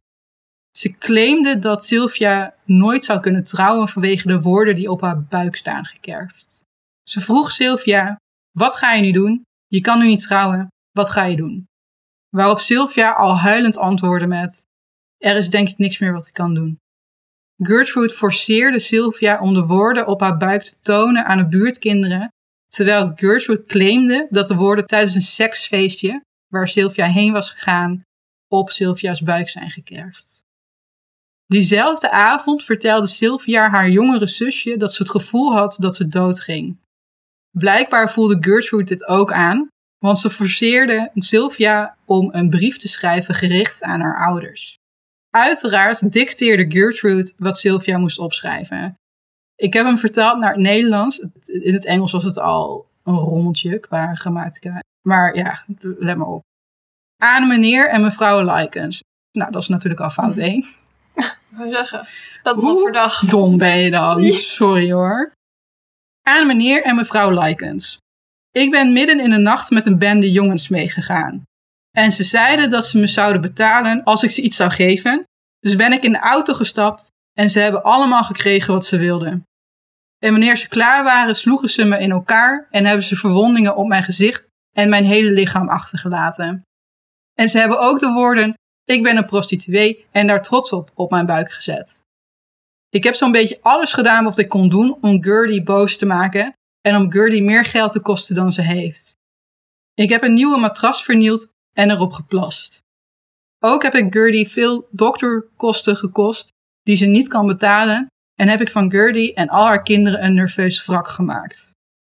Ze claimde dat Sylvia nooit zou kunnen trouwen vanwege de woorden die op haar buik staan gekerfd. Ze vroeg Sylvia, wat ga je nu doen? Je kan nu niet trouwen, wat ga je doen? Waarop Sylvia al huilend antwoordde met, er is denk ik niks meer wat ik kan doen. Gertrude forceerde Sylvia om de woorden op haar buik te tonen aan de buurtkinderen, terwijl Gertrude claimde dat de woorden tijdens een seksfeestje, waar Sylvia heen was gegaan, op Sylvia's buik zijn gekerfd. Diezelfde avond vertelde Sylvia haar jongere zusje dat ze het gevoel had dat ze doodging. Blijkbaar voelde Gertrude dit ook aan, want ze forceerde Sylvia om een brief te schrijven gericht aan haar ouders. Uiteraard dicteerde Gertrude wat Sylvia moest opschrijven. Ik heb hem vertaald naar het Nederlands. In het Engels was het al een rommeltje qua grammatica. Maar ja, let maar op. Aan meneer en mevrouw Lykens. Nou, dat is natuurlijk al fout 1. Ik wou zeggen, dat is al verdacht. Dom ben je dan. Sorry hoor. Aan meneer en mevrouw Lykens. Ik ben midden in de nacht met een bende jongens meegegaan. En ze zeiden dat ze me zouden betalen als ik ze iets zou geven. Dus ben ik in de auto gestapt en ze hebben allemaal gekregen wat ze wilden. En wanneer ze klaar waren, sloegen ze me in elkaar en hebben ze verwondingen op mijn gezicht en mijn hele lichaam achtergelaten. En ze hebben ook de woorden, ik ben een prostituee en daar trots op mijn buik gezet. Ik heb zo'n beetje alles gedaan wat ik kon doen om Gertie boos te maken en om Gertie meer geld te kosten dan ze heeft. Ik heb een nieuwe matras vernield en erop geplast. Ook heb ik Gertie veel dokterkosten gekost die ze niet kan betalen en heb ik van Gertie en al haar kinderen een nerveus wrak gemaakt.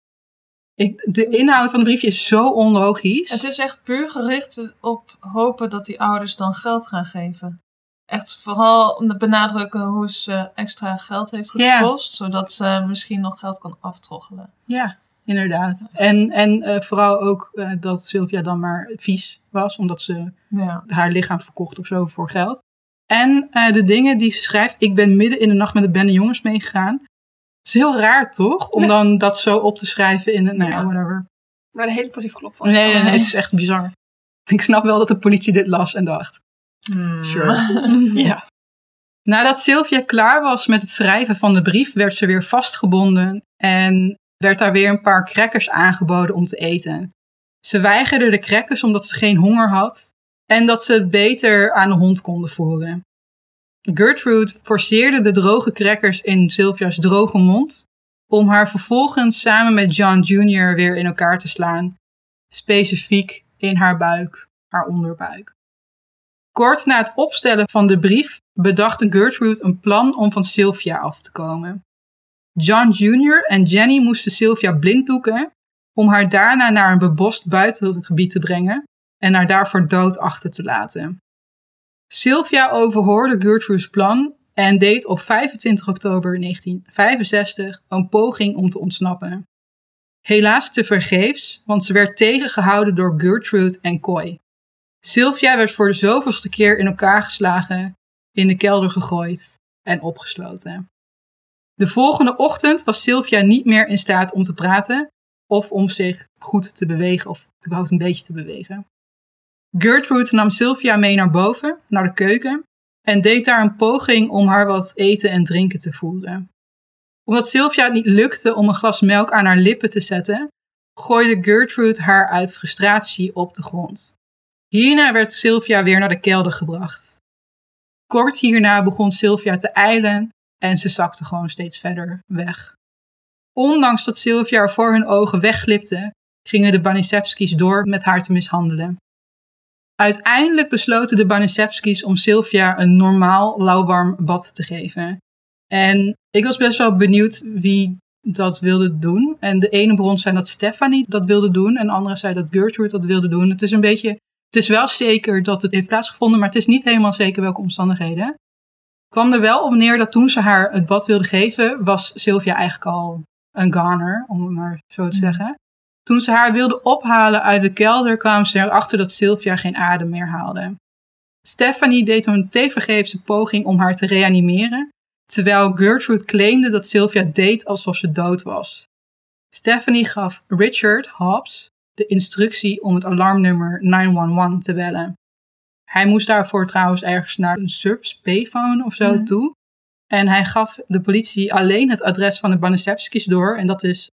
De inhoud van het briefje is zo onlogisch. Het is echt puur gericht op hopen dat die ouders dan geld gaan geven. Echt vooral benadrukken hoe ze extra geld heeft gekost, zodat ze misschien nog geld kan aftroggelen. Ja, inderdaad. En vooral ook dat Sylvia dan maar vies was, omdat ze haar lichaam verkocht of zo voor geld. En de dingen die ze schrijft, ik ben midden in de nacht met een bende jongens meegegaan. Het is heel raar, toch? Om dan dat zo op te schrijven in een, whatever. Maar de hele brief klopt wel. Nee, het is echt bizar. Ik snap wel dat de politie dit las en dacht, sure. Ja. Nadat Sylvia klaar was met het schrijven van de brief, werd ze weer vastgebonden en werd daar weer een paar crackers aangeboden om te eten. Ze weigerde de crackers omdat ze geen honger had en dat ze het beter aan de hond konden voeren. Gertrude forceerde de droge crackers in Sylvia's droge mond om haar vervolgens samen met John Jr. weer in elkaar te slaan, specifiek in haar buik, haar onderbuik. Kort na het opstellen van de brief bedacht Gertrude een plan om van Sylvia af te komen. John Jr. en Jenny moesten Sylvia blinddoeken om haar daarna naar een bebost buitengebied te brengen en haar daarvoor dood achter te laten. Sylvia overhoorde Gertrude's plan en deed op 25 oktober 1965 een poging om te ontsnappen. Helaas tevergeefs, want ze werd tegengehouden door Gertrude en Coy. Sylvia werd voor de zoveelste keer in elkaar geslagen, in de kelder gegooid en opgesloten. De volgende ochtend was Sylvia niet meer in staat om te praten of om zich goed te bewegen of überhaupt een beetje te bewegen. Gertrude nam Sylvia mee naar boven, naar de keuken, en deed daar een poging om haar wat eten en drinken te voeren. Omdat Sylvia het niet lukte om een glas melk aan haar lippen te zetten, gooide Gertrude haar uit frustratie op de grond. Hierna werd Sylvia weer naar de kelder gebracht. Kort hierna begon Sylvia te ijlen en ze zakte gewoon steeds verder weg. Ondanks dat Sylvia er voor hun ogen wegglipte, gingen de Banisevskis door met haar te mishandelen. Uiteindelijk besloten de Banisevskis om Sylvia een normaal lauwwarm bad te geven. En ik was best wel benieuwd wie dat wilde doen. En de ene bron zei dat Stephanie dat wilde doen en de andere zei dat Gertrude dat wilde doen. Het is wel zeker dat het heeft plaatsgevonden, maar het is niet helemaal zeker welke omstandigheden. Het kwam er wel op neer dat toen ze haar het bad wilde geven, was Sylvia eigenlijk al een goner, om het maar zo te zeggen. Toen ze haar wilde ophalen uit de kelder, kwamen ze erachter dat Sylvia geen adem meer haalde. Stephanie deed een tevergeefse poging om haar te reanimeren, terwijl Gertrude claimde dat Sylvia deed alsof ze dood was. Stephanie gaf Richard Hobbs de instructie om het alarmnummer 911 te bellen. Hij moest daarvoor trouwens ergens naar een service payphone of zo toe. En hij gaf de politie alleen het adres van de Banisevskis door, en dat is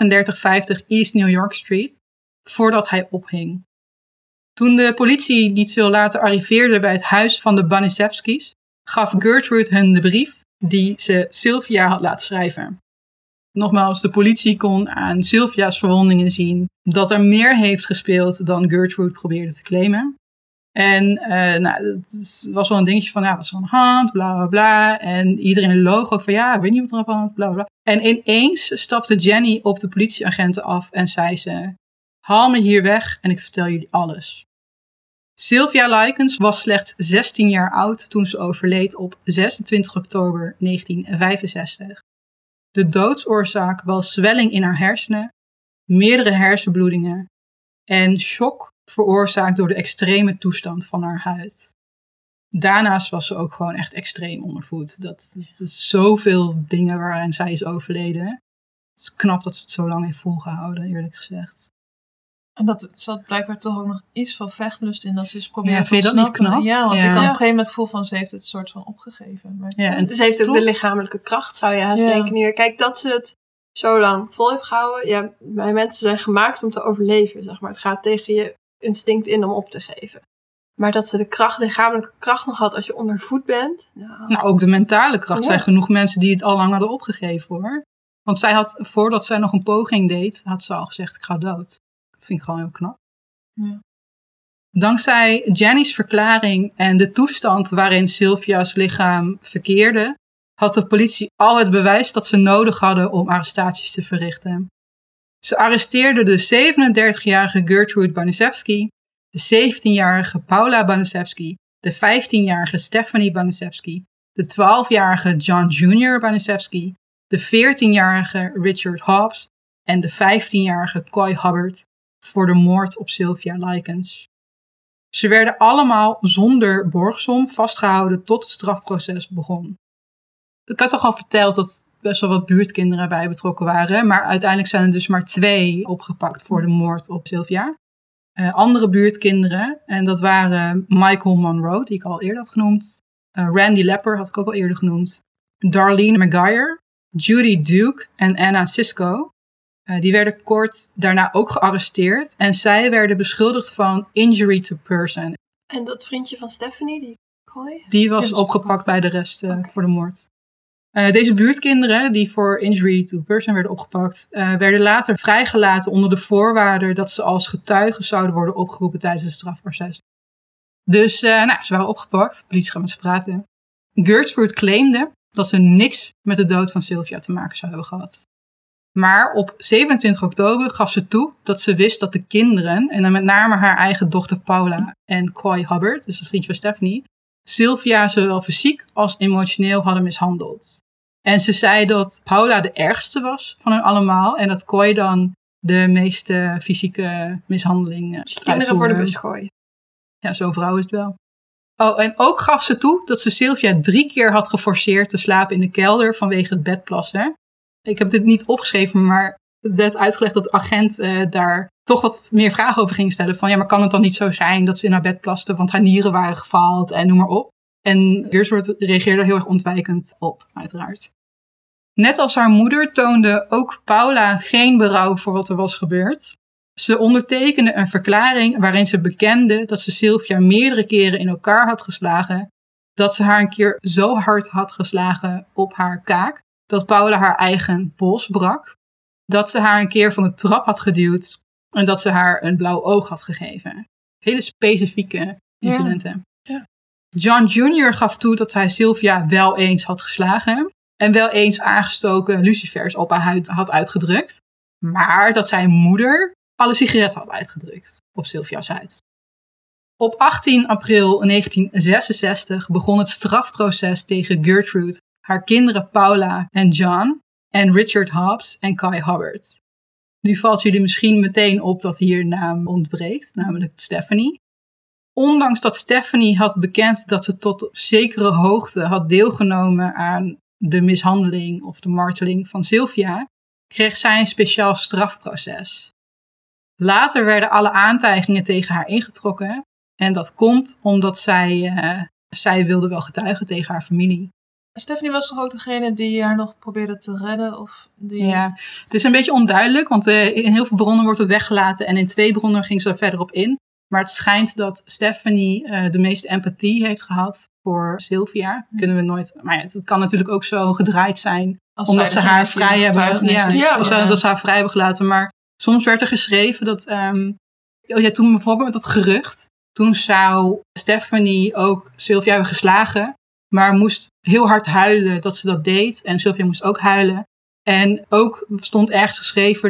3850 East New York Street, voordat hij ophing. Toen de politie niet veel later arriveerde bij het huis van de Banisevskis, gaf Gertrude hun de brief die ze Sylvia had laten schrijven. Nogmaals, de politie kon aan Sylvia's verwondingen zien dat er meer heeft gespeeld dan Gertrude probeerde te claimen. En het was wel een dingetje van, wat is er aan de hand, bla bla bla. En iedereen loog ook van, ik weet niet wat er aan de hand, bla bla. En ineens stapte Jenny op de politieagenten af en zei ze, haal me hier weg en ik vertel jullie alles. Sylvia Likens was slechts 16 jaar oud toen ze overleed op 26 oktober 1965. De doodsoorzaak was zwelling in haar hersenen, meerdere hersenbloedingen en shock veroorzaakt door de extreme toestand van haar huid. Daarnaast was ze ook gewoon echt extreem ondervoed. Dat is zoveel dingen waaraan zij is overleden. Het is knap dat ze het zo lang heeft volgehouden, eerlijk gezegd. En dat zat blijkbaar toch ook nog iets van vechtlust in dat ze is proberen vind je dat niet knap? Ja, want ik had op een gegeven moment het gevoel van ze heeft het soort van opgegeven. Maar en ze heeft ook de lichamelijke kracht, zou je haast denken. Niet meer. Kijk, dat ze het zo lang vol heeft gehouden. Ja, wij mensen zijn gemaakt om te overleven, zeg maar. Het gaat tegen je instinct in om op te geven. Maar dat ze de lichamelijke kracht nog had als je ondervoed bent. Nou, ook de mentale kracht. Er zijn genoeg mensen die het al lang hadden opgegeven, hoor. Want zij had, voordat zij nog een poging deed, had ze al gezegd, ik ga dood. Dat vind ik gewoon heel knap. Ja. Dankzij Jenny's verklaring en de toestand waarin Sylvia's lichaam verkeerde, had de politie al het bewijs dat ze nodig hadden om arrestaties te verrichten. Ze arresteerden de 37-jarige Gertrude Banisevski, de 17-jarige Paula Banisevski, de 15-jarige Stephanie Banisevski, de 12-jarige John Jr. Banisevski, de 14-jarige Richard Hobbs en de 15-jarige Coy Hubbard voor de moord op Sylvia Likens. Ze werden allemaal zonder borgsom vastgehouden tot het strafproces begon. Ik had toch al verteld dat best wel wat buurtkinderen bij betrokken waren, maar uiteindelijk zijn er dus maar 2 opgepakt voor de moord op Sylvia. Andere buurtkinderen, en dat waren Michael Monroe, die ik al eerder had genoemd, Randy Lepper had ik ook al eerder genoemd, Darlene Maguire, Judy Duke en Anna Cisco. Die werden kort daarna ook gearresteerd. En zij werden beschuldigd van injury to person. En dat vriendje van Stephanie, die Coy? Die was opgepakt bij de rest voor de moord. Deze buurtkinderen die voor injury to person werden opgepakt, werden later vrijgelaten onder de voorwaarde dat ze als getuigen zouden worden opgeroepen tijdens het strafproces. Dus ze waren opgepakt, de politie gaat met ze praten. Gertrude claimde dat ze niks met de dood van Sylvia te maken zou hebben gehad. Maar op 27 oktober gaf ze toe dat ze wist dat de kinderen, en dan met name haar eigen dochter Paula en Coy Hubbard, dus het vriendje van Stephanie, Sylvia zowel fysiek als emotioneel hadden mishandeld. En ze zei dat Paula de ergste was van hen allemaal en dat Coy dan de meeste fysieke mishandeling Kinderen voor de bus gooien. Ja, zo'n vrouw is het wel. Oh, en ook gaf ze toe dat ze Sylvia 3 keer had geforceerd te slapen in de kelder vanwege het bedplassen. Ik heb dit niet opgeschreven, maar het werd uitgelegd dat de agent daar toch wat meer vragen over ging stellen. Van ja, maar kan het dan niet zo zijn dat ze in haar bed plaste, want haar nieren waren gefaald en noem maar op. En Gertrude reageerde er heel erg ontwijkend op, uiteraard. Net als haar moeder toonde ook Paula geen berouw voor wat er was gebeurd. Ze ondertekende een verklaring waarin ze bekende dat ze Sylvia meerdere keren in elkaar had geslagen, dat ze haar een keer zo hard had geslagen op haar kaak, dat Paula haar eigen pols brak, dat ze haar een keer van de trap had geduwd en dat ze haar een blauw oog had gegeven. Hele specifieke incidenten. Ja. John Jr. gaf toe dat hij Sylvia wel eens had geslagen en wel eens aangestoken lucifers op haar huid had uitgedrukt, maar dat zijn moeder alle sigaretten had uitgedrukt op Sylvia's huid. Op 18 april 1966 begon het strafproces tegen Gertrude, haar kinderen Paula en John en Richard Hobbs en Coy Hubbard. Nu valt jullie misschien meteen op dat hier een naam ontbreekt, namelijk Stephanie. Ondanks dat Stephanie had bekend dat ze tot op zekere hoogte had deelgenomen aan de mishandeling of de marteling van Sylvia, kreeg zij een speciaal strafproces. Later werden alle aantijgingen tegen haar ingetrokken en dat komt omdat zij wilde wel getuigen tegen haar familie. Stephanie was toch ook degene die haar nog probeerde te redden? Of die... Ja, het is een beetje onduidelijk, want in heel veel bronnen wordt het weggelaten en in 2 bronnen ging ze er verder op in. Maar het schijnt dat Stephanie de meeste empathie heeft gehad voor Sylvia. Kunnen we nooit. Maar ja, het kan natuurlijk ook zo gedraaid zijn, omdat ze haar vrij hebben. Dat ze haar vrij hebben gelaten. Maar soms werd er geschreven dat. Toen bijvoorbeeld met dat gerucht. Toen zou Stephanie ook Sylvia hebben geslagen, maar moest heel hard huilen dat ze dat deed. En Sylvia moest ook huilen. En ook stond ergens geschreven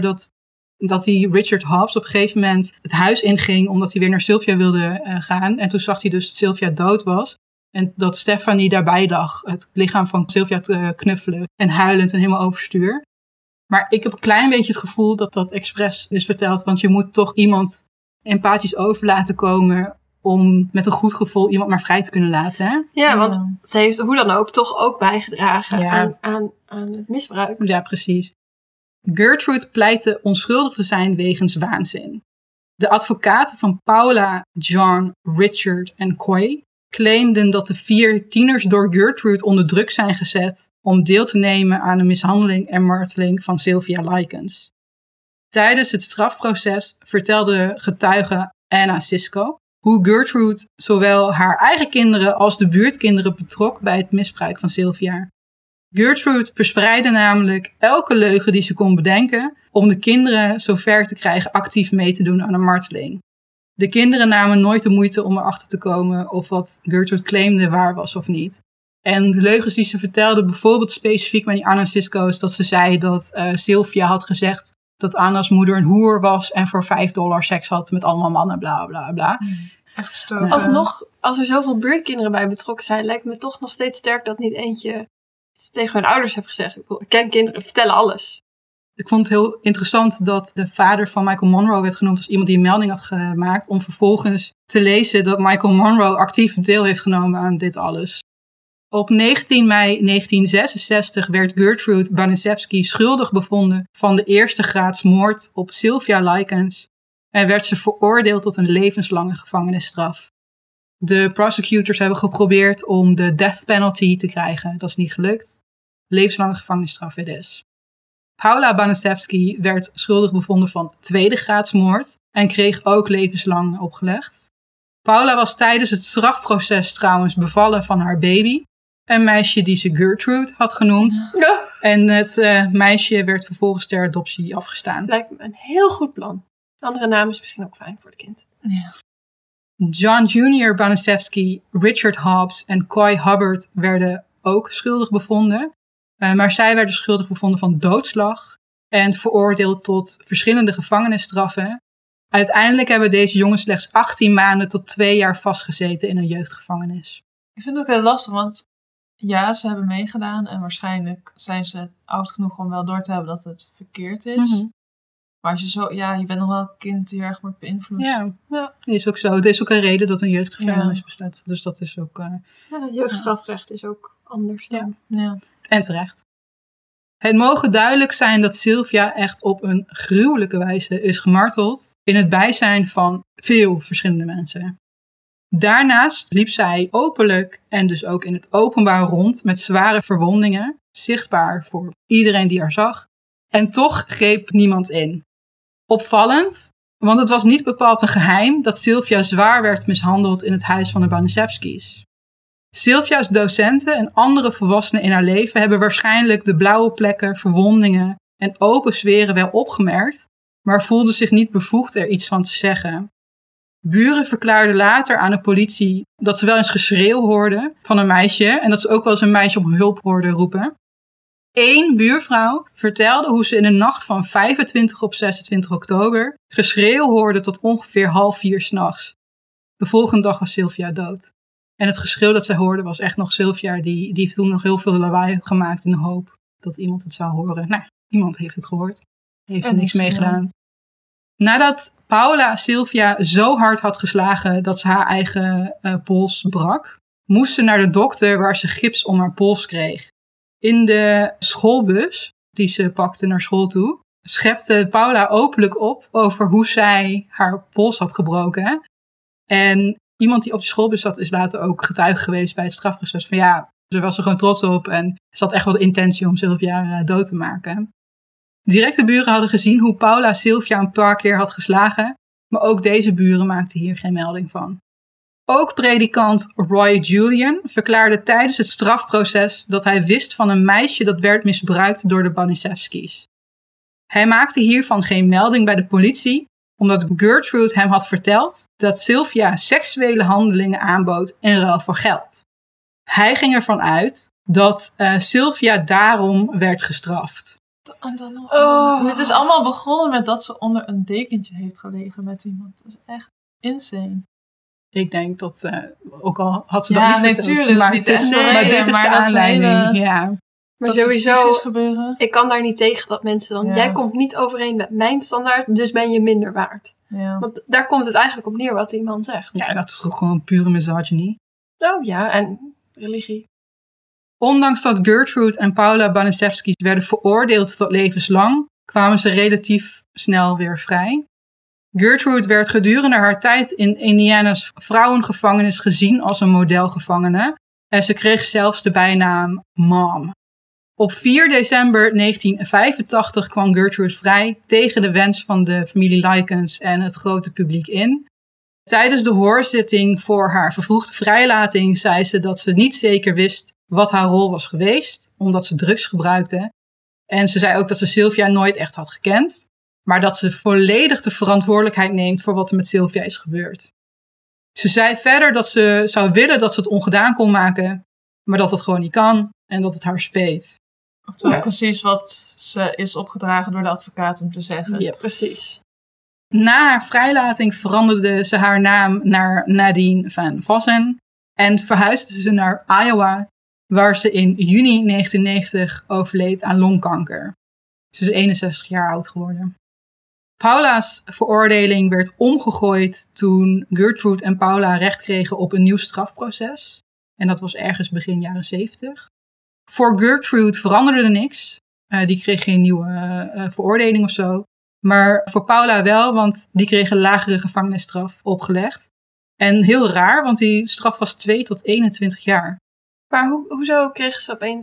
dat die Richard Hobbs op een gegeven moment het huis inging omdat hij weer naar Sylvia wilde gaan. En toen zag hij dus dat Sylvia dood was. En dat Stephanie daarbij lag het lichaam van Sylvia te knuffelen en huilend en helemaal overstuur. Maar ik heb een klein beetje het gevoel dat dat expres is verteld. Want je moet toch iemand empathisch over laten komen om met een goed gevoel iemand maar vrij te kunnen laten. Hè? Ja, want ze heeft hoe dan ook toch ook bijgedragen aan het misbruik. Ja, precies. Gertrude pleitte onschuldig te zijn wegens waanzin. De advocaten van Paula, John, Richard en Coy claimden dat de 4 tieners door Gertrude onder druk zijn gezet om deel te nemen aan de mishandeling en marteling van Sylvia Likens. Tijdens het strafproces vertelde getuige Anna Cisco hoe Gertrude zowel haar eigen kinderen als de buurtkinderen betrok bij het misbruik van Sylvia. Gertrude verspreidde namelijk elke leugen die ze kon bedenken om de kinderen zover te krijgen actief mee te doen aan een marteling. De kinderen namen nooit de moeite om erachter te komen of wat Gertrude claimde waar was of niet. En de leugens die ze vertelde, bijvoorbeeld specifiek met die Anna Cisco, is dat ze zei dat Sylvia had gezegd dat Anna's moeder een hoer was en voor $5 seks had met allemaal mannen, bla bla bla. Echt stoken. Alsnog, als er zoveel buurtkinderen bij betrokken zijn, lijkt me toch nog steeds sterk dat niet eentje tegen hun ouders heeft gezegd. Ik ken kinderen, vertellen alles. Ik vond het heel interessant dat de vader van Michael Monroe werd genoemd als iemand die een melding had gemaakt, om vervolgens te lezen dat Michael Monroe actief deel heeft genomen aan dit alles. Op 19 mei 1966 werd Gertrude Banisewski schuldig bevonden van de eerste graads moord op Sylvia Likens en werd ze veroordeeld tot een levenslange gevangenisstraf. De prosecutors hebben geprobeerd om de death penalty te krijgen. Dat is niet gelukt. Levenslange gevangenisstraf weer dus. Paula Banaszewski werd schuldig bevonden van tweede graadsmoord en kreeg ook levenslang opgelegd. Paula was tijdens het strafproces trouwens bevallen van haar baby. Een meisje die ze Gertrude had genoemd. Ja. En het meisje werd vervolgens ter adoptie afgestaan. Lijkt me een heel goed plan. De andere naam is misschien ook fijn voor het kind. Ja. John Jr. Banaszewski, Richard Hobbs en Coy Hubbard werden ook schuldig bevonden. Maar zij werden schuldig bevonden van doodslag en veroordeeld tot verschillende gevangenisstraffen. Uiteindelijk hebben deze jongens slechts 18 maanden tot 2 jaar vastgezeten in een jeugdgevangenis. Ik vind het ook heel lastig, want ja, ze hebben meegedaan en waarschijnlijk zijn ze oud genoeg om wel door te hebben dat het verkeerd is. Mhm. Maar als je je bent nog wel een kind die erg wordt beïnvloed. Ja, is ook zo. Er is ook een reden dat een jeugdgevangenis bestaat. Dus dat is ook... Ja, jeugdstrafrecht is ook anders dan. Ja. En terecht. Het mogen duidelijk zijn dat Sylvia echt op een gruwelijke wijze is gemarteld in het bijzijn van veel verschillende mensen. Daarnaast liep zij openlijk en dus ook in het openbaar rond met zware verwondingen, zichtbaar voor iedereen die haar zag. En toch greep niemand in. Opvallend, want het was niet bepaald een geheim dat Sylvia zwaar werd mishandeld in het huis van de Banaszewski's. Sylvia's docenten en andere volwassenen in haar leven hebben waarschijnlijk de blauwe plekken, verwondingen en open zweren wel opgemerkt, maar voelden zich niet bevoegd er iets van te zeggen. Buren verklaarden later aan de politie dat ze wel eens geschreeuw hoorden van een meisje en dat ze ook wel eens een meisje om hulp hoorden roepen. Eén buurvrouw vertelde hoe ze in de nacht van 25 op 26 oktober geschreeuw hoorde tot ongeveer 3:30 's nachts. De volgende dag was Sylvia dood. En het geschreeuw dat zij hoorde was echt nog Sylvia. Die heeft toen nog heel veel lawaai gemaakt in de hoop dat iemand het zou horen. Nou, iemand heeft het gehoord. Heeft er niks mee gedaan. Nadat Paula Sylvia zo hard had geslagen dat ze haar eigen pols brak, moest ze naar de dokter waar ze gips om haar pols kreeg. In de schoolbus die ze pakte naar school toe, schepte Paula openlijk op over hoe zij haar pols had gebroken. En iemand die op de schoolbus zat is later ook getuige geweest bij het strafproces. Van ja, ze was er gewoon trots op en ze had echt wel de intentie om Sylvia dood te maken. Directe buren hadden gezien hoe Paula Sylvia een paar keer had geslagen, maar ook deze buren maakten hier geen melding van. Ook predikant Roy Julian verklaarde tijdens het strafproces dat hij wist van een meisje dat werd misbruikt door de Banaszewski's. Hij maakte hiervan geen melding bij de politie, omdat Gertrude hem had verteld dat Sylvia seksuele handelingen aanbood in ruil voor geld. Hij ging ervan uit dat Sylvia daarom werd gestraft. Dit is allemaal begonnen met dat ze onder een dekentje heeft gelegen met iemand. Dat is echt insane. Ik denk dat, ook al had ze dat niet verteld. Natuurlijk, maar dit dit is de aanleiding. Ja. Maar dat sowieso, gebeuren. ik kan daar niet tegen dat mensen dan... Ja. Jij komt niet overeen met mijn standaard, dus ben je minder waard. Ja. Want daar komt het eigenlijk op neer wat die man zegt. Ja, dat is toch gewoon pure misogynie. Oh ja, en religie. Ondanks dat Gertrude en Paula Banaszewski's werden veroordeeld tot levenslang, kwamen ze relatief snel weer vrij. Gertrude werd gedurende haar tijd in Indiana's vrouwengevangenis gezien als een modelgevangene en ze kreeg zelfs de bijnaam Mom. Op 4 december 1985 kwam Gertrude vrij tegen de wens van de familie Likens en het grote publiek in. Tijdens de hoorzitting voor haar vervroegde vrijlating zei ze dat ze niet zeker wist wat haar rol was geweest, omdat ze drugs gebruikte. En ze zei ook dat ze Sylvia nooit echt had gekend, maar dat ze volledig de verantwoordelijkheid neemt voor wat er met Sylvia is gebeurd. Ze zei verder dat ze zou willen dat ze het ongedaan kon maken, maar dat het gewoon niet kan en dat het haar speet. Oftewel precies wat ze is opgedragen door de advocaat om te zeggen. Ja, precies. Na haar vrijlating veranderde ze haar naam naar Nadine Van Vossen en verhuisde ze naar Iowa, waar ze in juni 1990 overleed aan longkanker. Ze is 61 jaar oud geworden. Paula's veroordeling werd omgegooid toen Gertrude en Paula recht kregen op een nieuw strafproces. En dat was ergens begin jaren 70. Voor Gertrude veranderde er niks. Die kreeg geen nieuwe veroordeling of zo. Maar voor Paula wel, want die kreeg een lagere gevangenisstraf opgelegd. En heel raar, want die straf was 2 tot 21 jaar. Maar hoezo kregen ze opeens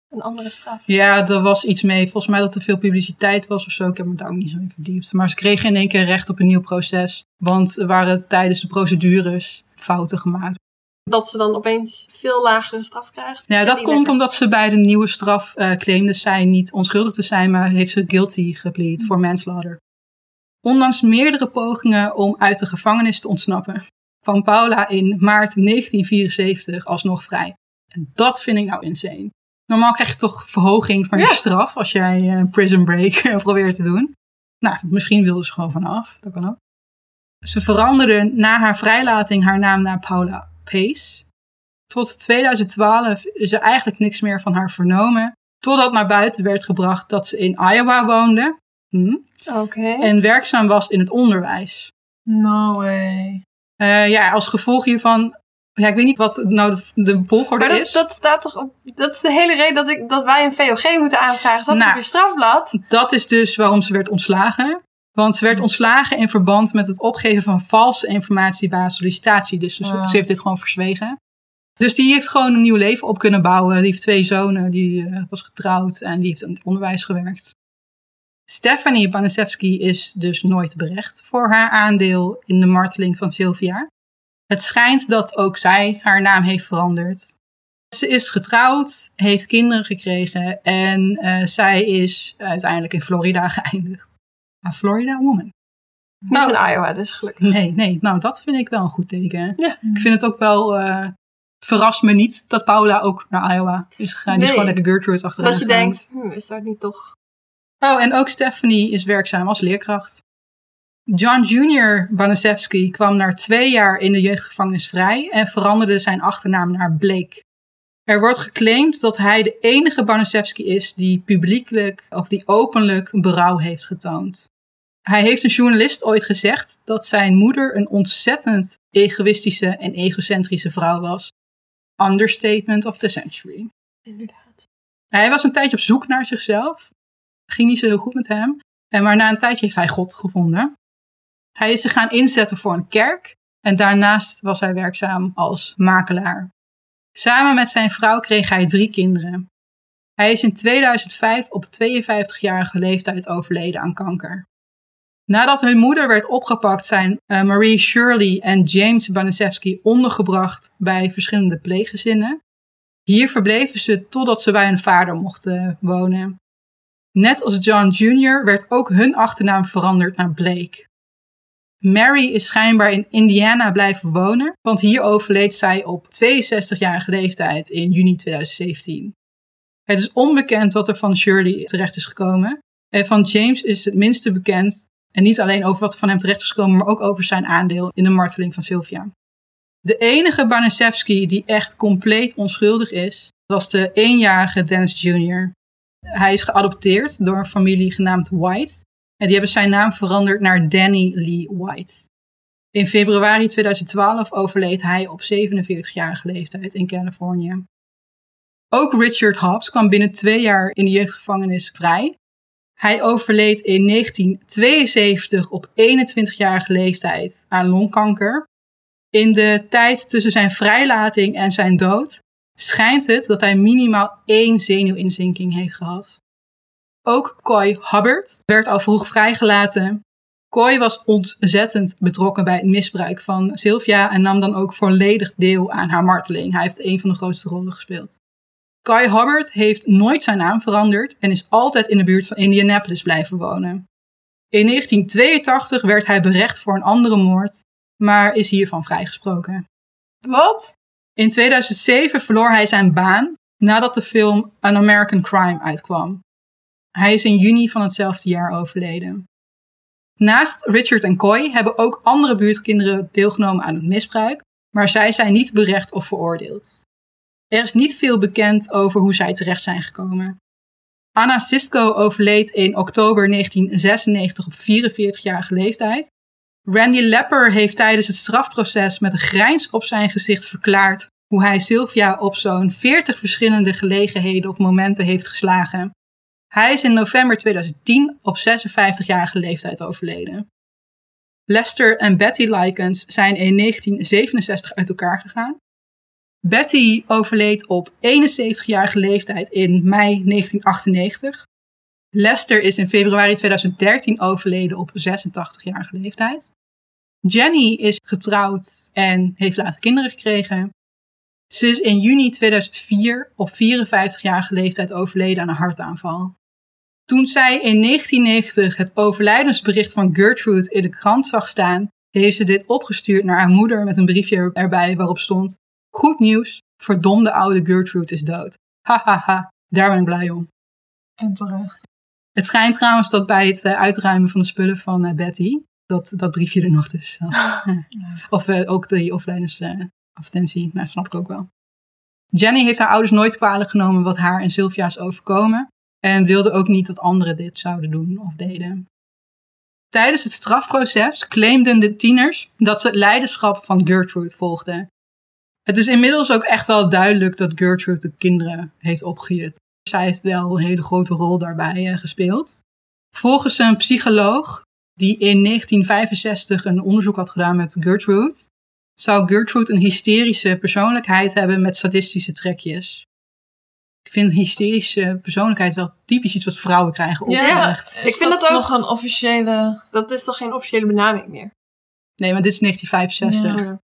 een andere straf. Ja, er was iets mee. Volgens mij dat er veel publiciteit was of zo. Ik heb me daar ook niet zo in verdiept. Maar ze kregen in één keer recht op een nieuw proces. Want er waren tijdens de procedures fouten gemaakt. Dat ze dan opeens veel lagere straf krijgt. Ja, dat komt omdat ze bij de nieuwe straf claimde zij niet onschuldig te zijn, maar heeft ze guilty geplead voor manslaughter. Ondanks meerdere pogingen om uit de gevangenis te ontsnappen, kwam Paula in maart 1974 alsnog vrij. En dat vind ik nou insane. Normaal krijg je toch verhoging van je straf als jij prison break probeert te doen. Nou, misschien wilde ze gewoon vanaf. Dat kan ook. Ze veranderde na haar vrijlating haar naam naar Paula Pace. Tot 2012 is er eigenlijk niks meer van haar vernomen. Totdat naar buiten werd gebracht dat ze in Iowa woonde. En werkzaam was in het onderwijs. No way. Als gevolg hiervan... Ja, ik weet niet wat nou de volgorde is. Dat staat toch op... Dat is de hele reden dat wij een VOG moeten aanvragen. Dat op je strafblad. Dat is dus waarom ze werd ontslagen. Want ze werd ontslagen in verband met het opgeven van valse informatie bij haar sollicitatie. Dus ze heeft dit gewoon verzwegen. Dus die heeft gewoon een nieuw leven op kunnen bouwen. Die heeft 2 zonen, die was getrouwd en die heeft in het onderwijs gewerkt. Stephanie Banaszewski is dus nooit berecht voor haar aandeel in de marteling van Sylvia. Het schijnt dat ook zij haar naam heeft veranderd. Ze is getrouwd, heeft kinderen gekregen en zij is uiteindelijk in Florida geëindigd. A Florida woman. Niet in Iowa, dus gelukkig. Nee. Nou, dat vind ik wel een goed teken. Ja. Ik vind het ook wel... het verrast me niet dat Paula ook naar Iowa is gegaan. Die is gewoon lekker Gertrude achterin dat je denkt, is dat niet toch... Oh, en ook Stephanie is werkzaam als leerkracht. John Jr. Banaszewski kwam na 2 jaar in de jeugdgevangenis vrij en veranderde zijn achternaam naar Blake. Er wordt geclaimd dat hij de enige Banaszewski is die publiekelijk of die openlijk berouw heeft getoond. Hij heeft een journalist ooit gezegd dat zijn moeder een ontzettend egoïstische en egocentrische vrouw was. Understatement of the century. Inderdaad. Hij was een tijdje op zoek naar zichzelf. Ging niet zo heel goed met hem. Maar na een tijdje heeft hij God gevonden. Hij is zich gaan inzetten voor een kerk. En daarnaast was hij werkzaam als makelaar. Samen met zijn vrouw kreeg hij 3 kinderen. Hij is in 2005 op 52-jarige leeftijd overleden aan kanker. Nadat hun moeder werd opgepakt zijn Marie Shirley en James Banaszewski ondergebracht bij verschillende pleeggezinnen. Hier verbleven ze totdat ze bij hun vader mochten wonen. Net als John Jr. werd ook hun achternaam veranderd naar Blake. Mary is schijnbaar in Indiana blijven wonen, want hier overleed zij op 62-jarige leeftijd in juni 2017. Het is onbekend wat er van Shirley terecht is gekomen. En van James is het minste bekend, en niet alleen over wat er van hem terecht is gekomen, maar ook over zijn aandeel in de marteling van Sylvia. De enige Banaszewski die echt compleet onschuldig is, was de 1-jarige Dennis Jr. Hij is geadopteerd door een familie genaamd White. En die hebben zijn naam veranderd naar Danny Lee White. In februari 2012 overleed hij op 47-jarige leeftijd in Californië. Ook Richard Hobbs kwam binnen 2 jaar in de jeugdgevangenis vrij. Hij overleed in 1972 op 21-jarige leeftijd aan longkanker. In de tijd tussen zijn vrijlating en zijn dood schijnt het dat hij minimaal 1 zenuwinzinking heeft gehad. Ook Coy Hubbard werd al vroeg vrijgelaten. Coy was ontzettend betrokken bij het misbruik van Sylvia en nam dan ook volledig deel aan haar marteling. Hij heeft een van de grootste rollen gespeeld. Coy Hubbard heeft nooit zijn naam veranderd en is altijd in de buurt van Indianapolis blijven wonen. In 1982 werd hij berecht voor een andere moord, maar is hiervan vrijgesproken. Wat? In 2007 verloor hij zijn baan nadat de film An American Crime uitkwam. Hij is in juni van hetzelfde jaar overleden. Naast Richard en Coy hebben ook andere buurtkinderen deelgenomen aan het misbruik, maar zij zijn niet berecht of veroordeeld. Er is niet veel bekend over hoe zij terecht zijn gekomen. Anna Sisko overleed in oktober 1996 op 44-jarige leeftijd. Randy Lepper heeft tijdens het strafproces met een grijns op zijn gezicht verklaard hoe hij Sylvia op zo'n 40 verschillende gelegenheden of momenten heeft geslagen. Hij is in november 2010 op 56-jarige leeftijd overleden. Lester en Betty Likens zijn in 1967 uit elkaar gegaan. Betty overleed op 71-jarige leeftijd in mei 1998. Lester is in februari 2013 overleden op 86-jarige leeftijd. Jenny is getrouwd en heeft later kinderen gekregen. Ze is in juni 2004 op 54-jarige leeftijd overleden aan een hartaanval. Toen zij in 1990 het overlijdensbericht van Gertrude in de krant zag staan, heeft ze dit opgestuurd naar haar moeder met een briefje erbij waarop stond: goed nieuws, verdomde oude Gertrude is dood. Hahaha, daar ben ik blij om. En terecht. Het schijnt trouwens dat bij het uitruimen van de spullen van Betty, dat briefje er nog dus. Of ook de overlijdensadvertentie, nou, snap ik ook wel. Jenny heeft haar ouders nooit kwalijk genomen wat haar en Sylvia is overkomen. En wilde ook niet dat anderen dit zouden doen of deden. Tijdens het strafproces claimden de tieners dat ze het leiderschap van Gertrude volgden. Het is inmiddels ook echt wel duidelijk dat Gertrude de kinderen heeft opgejut. Zij heeft wel een hele grote rol daarbij gespeeld. Volgens een psycholoog die in 1965 een onderzoek had gedaan met Gertrude, zou Gertrude een hysterische persoonlijkheid hebben met sadistische trekjes. Ik vind hysterische persoonlijkheid wel typisch iets wat vrouwen krijgen opgelegd. Ja, ik vind dat ook nog een officiële... Dat is toch geen officiële benaming meer? Nee, maar dit is 1965. Ja.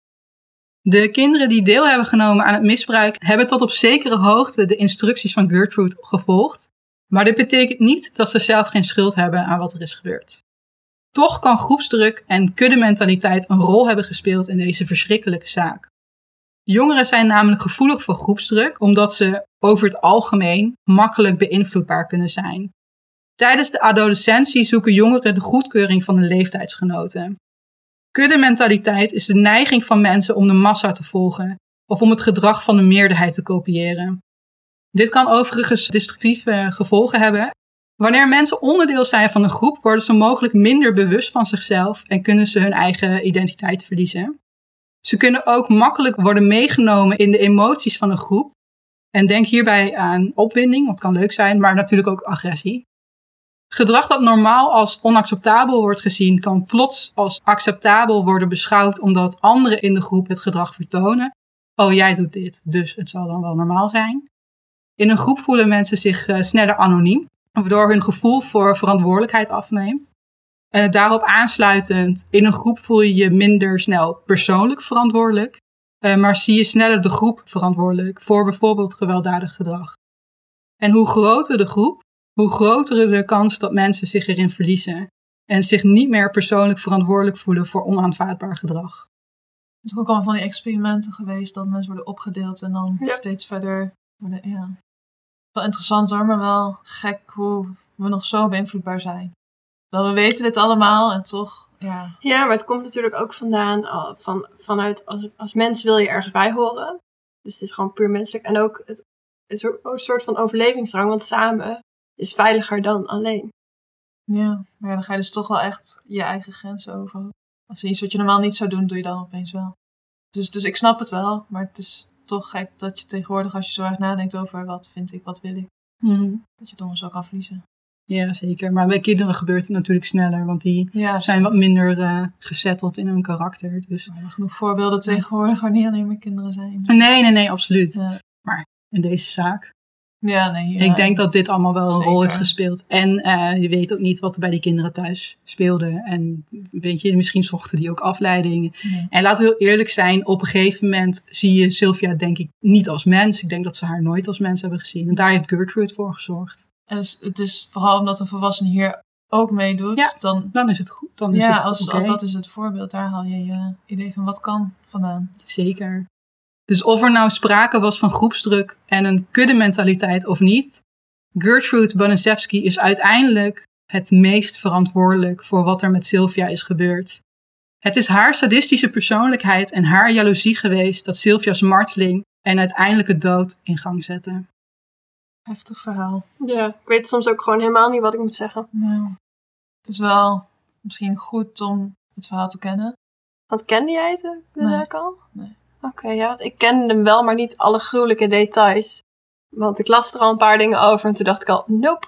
De kinderen die deel hebben genomen aan het misbruik hebben tot op zekere hoogte de instructies van Gertrude gevolgd. Maar dit betekent niet dat ze zelf geen schuld hebben aan wat er is gebeurd. Toch kan groepsdruk en kuddementaliteit een rol hebben gespeeld in deze verschrikkelijke zaak. Jongeren zijn namelijk gevoelig voor groepsdruk, omdat ze over het algemeen makkelijk beïnvloedbaar kunnen zijn. Tijdens de adolescentie zoeken jongeren de goedkeuring van hun leeftijdsgenoten. Kuddementaliteit is de neiging van mensen om de massa te volgen of om het gedrag van de meerderheid te kopiëren. Dit kan overigens destructieve gevolgen hebben. Wanneer mensen onderdeel zijn van een groep, worden ze mogelijk minder bewust van zichzelf en kunnen ze hun eigen identiteit verliezen. Ze kunnen ook makkelijk worden meegenomen in de emoties van een groep. En denk hierbij aan opwinding, wat kan leuk zijn, maar natuurlijk ook agressie. Gedrag dat normaal als onacceptabel wordt gezien, kan plots als acceptabel worden beschouwd omdat anderen in de groep het gedrag vertonen. Oh, jij doet dit, dus het zal dan wel normaal zijn. In een groep voelen mensen zich sneller anoniem, waardoor hun gevoel voor verantwoordelijkheid afneemt. Daarop aansluitend, in een groep voel je je minder snel persoonlijk verantwoordelijk, maar zie je sneller de groep verantwoordelijk voor bijvoorbeeld gewelddadig gedrag. En hoe groter de groep, hoe groter de kans dat mensen zich erin verliezen en zich niet meer persoonlijk verantwoordelijk voelen voor onaanvaardbaar gedrag. Er zijn ook allemaal van die experimenten geweest dat mensen worden opgedeeld en dan steeds verder worden, ja. Wel interessant hoor, maar wel gek hoe we nog zo beïnvloedbaar zijn. Wel, we weten dit allemaal en toch, ja. Ja, maar het komt natuurlijk ook vandaan vanuit als mens wil je ergens bij horen. Dus het is gewoon puur menselijk. En ook een soort van overlevingsdrang, want samen is veiliger dan alleen. Ja, maar dan ga je dus toch wel echt je eigen grenzen over. Als je iets wat je normaal niet zou doen, doe je dan opeens wel. Dus ik snap het wel, maar het is toch gek dat je tegenwoordig, als je zo erg nadenkt over wat vind ik, wat wil ik, dat je het dan zo kan verliezen. Ja, zeker. Maar bij kinderen gebeurt het natuurlijk sneller, want die zijn wat minder gezetteld in hun karakter. Dus. Er zijn genoeg voorbeelden tegenwoordig waar niet alleen maar kinderen zijn. Nee, absoluut. Ja. Maar in deze zaak. Ja, nee. Ik denk dat dit allemaal wel een rol heeft gespeeld. En je weet ook niet wat er bij die kinderen thuis speelde. En weet je, misschien zochten die ook afleiding. Ja. En laten we heel eerlijk zijn, op een gegeven moment zie je Sylvia denk ik niet als mens. Ik denk dat ze haar nooit als mens hebben gezien. En daar heeft Gertrude voor gezorgd. En het is vooral omdat een volwassene hier ook meedoet. Ja, dan is het goed. Dan is het als dat is het voorbeeld, daar haal je je idee van wat kan vandaan. Zeker. Dus of er nou sprake was van groepsdruk en een kuddementaliteit of niet, Gertrude Baniszewski is uiteindelijk het meest verantwoordelijk voor wat er met Sylvia is gebeurd. Het is haar sadistische persoonlijkheid en haar jaloezie geweest dat Sylvia's marteling en uiteindelijke dood in gang zette. Heftig verhaal. Ja, ik weet soms ook gewoon helemaal niet wat ik moet zeggen. Nou, het is wel misschien goed om het verhaal te kennen. Want kende jij het de zaak al? Nee. Oké, ja, want ik kende hem wel, maar niet alle gruwelijke details. Want ik las er al een paar dingen over en toen dacht ik al, nope,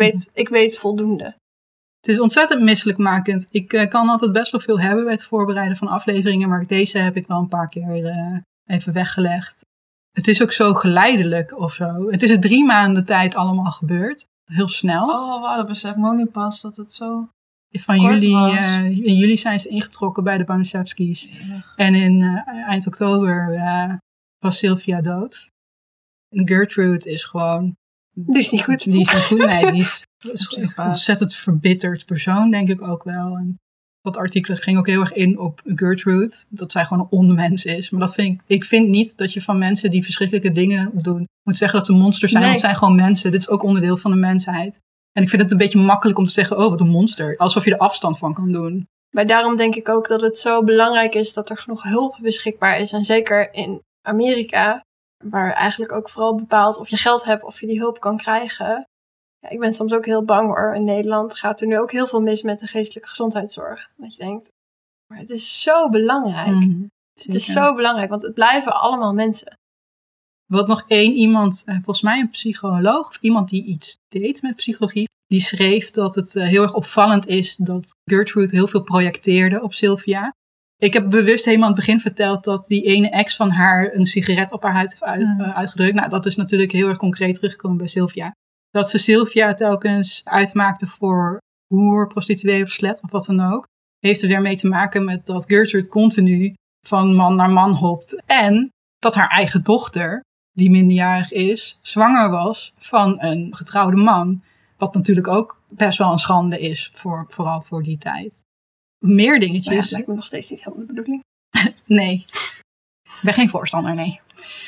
ik weet voldoende. Het is ontzettend misselijkmakend. Ik kan altijd best wel veel hebben bij het voorbereiden van afleveringen, maar deze heb ik wel een paar keer even weggelegd. Het is ook zo geleidelijk of zo. Het is in 3 maanden tijd allemaal gebeurd. Heel snel. Oh, wow, dat besef ik me ook niet pas dat het zo... Van kort juli, was. in juli zijn ze ingetrokken bij de Banishevskis. En in eind oktober was Sylvia dood. En Gertrude is gewoon... Die is niet goed. Die is niet goed, nee. Die is zich een ontzettend verbitterd persoon, denk ik ook wel. En dat artikel ging ook heel erg in op Gertrude. Dat zij gewoon een onmens is. Maar ik vind niet dat je van mensen die verschrikkelijke dingen doen... moet zeggen dat ze monsters zijn, Nee. want het zijn gewoon mensen. Dit is ook onderdeel van de mensheid. En ik vind het een beetje makkelijk om te zeggen... oh, wat een monster. Alsof je er afstand van kan doen. Maar daarom denk ik ook dat het zo belangrijk is dat er genoeg hulp beschikbaar is. En zeker in Amerika, waar eigenlijk ook vooral bepaalt of je geld hebt of je die hulp kan krijgen. Ja, ik ben soms ook heel bang hoor. In Nederland gaat er nu ook heel veel mis met de geestelijke gezondheidszorg. Dat je denkt, maar het is zo belangrijk. Mhm, Het is zeker. zo belangrijk, want het blijven allemaal mensen. Wat nog één iemand, volgens mij een psycholoog... of iemand die iets deed met psychologie... die schreef dat het heel erg opvallend is... dat Gertrude heel veel projecteerde op Sylvia. Ik heb bewust helemaal aan het begin verteld... dat die ene ex van haar een sigaret op haar huid heeft uitgedrukt. Nou, dat is natuurlijk heel erg concreet teruggekomen bij Sylvia. Dat ze Sylvia telkens uitmaakte voor hoer, prostituee of slet... of wat dan ook. Heeft er weer mee te maken met dat Gertrude continu... van man naar man hopt. En dat haar eigen dochter... die minderjarig is, zwanger was van een getrouwde man. Wat natuurlijk ook best wel een schande is, vooral voor die tijd. Meer Maar ja, dingetjes. het lijkt me nog steeds niet helemaal de bedoeling. Nee, ik ben geen voorstander, nee.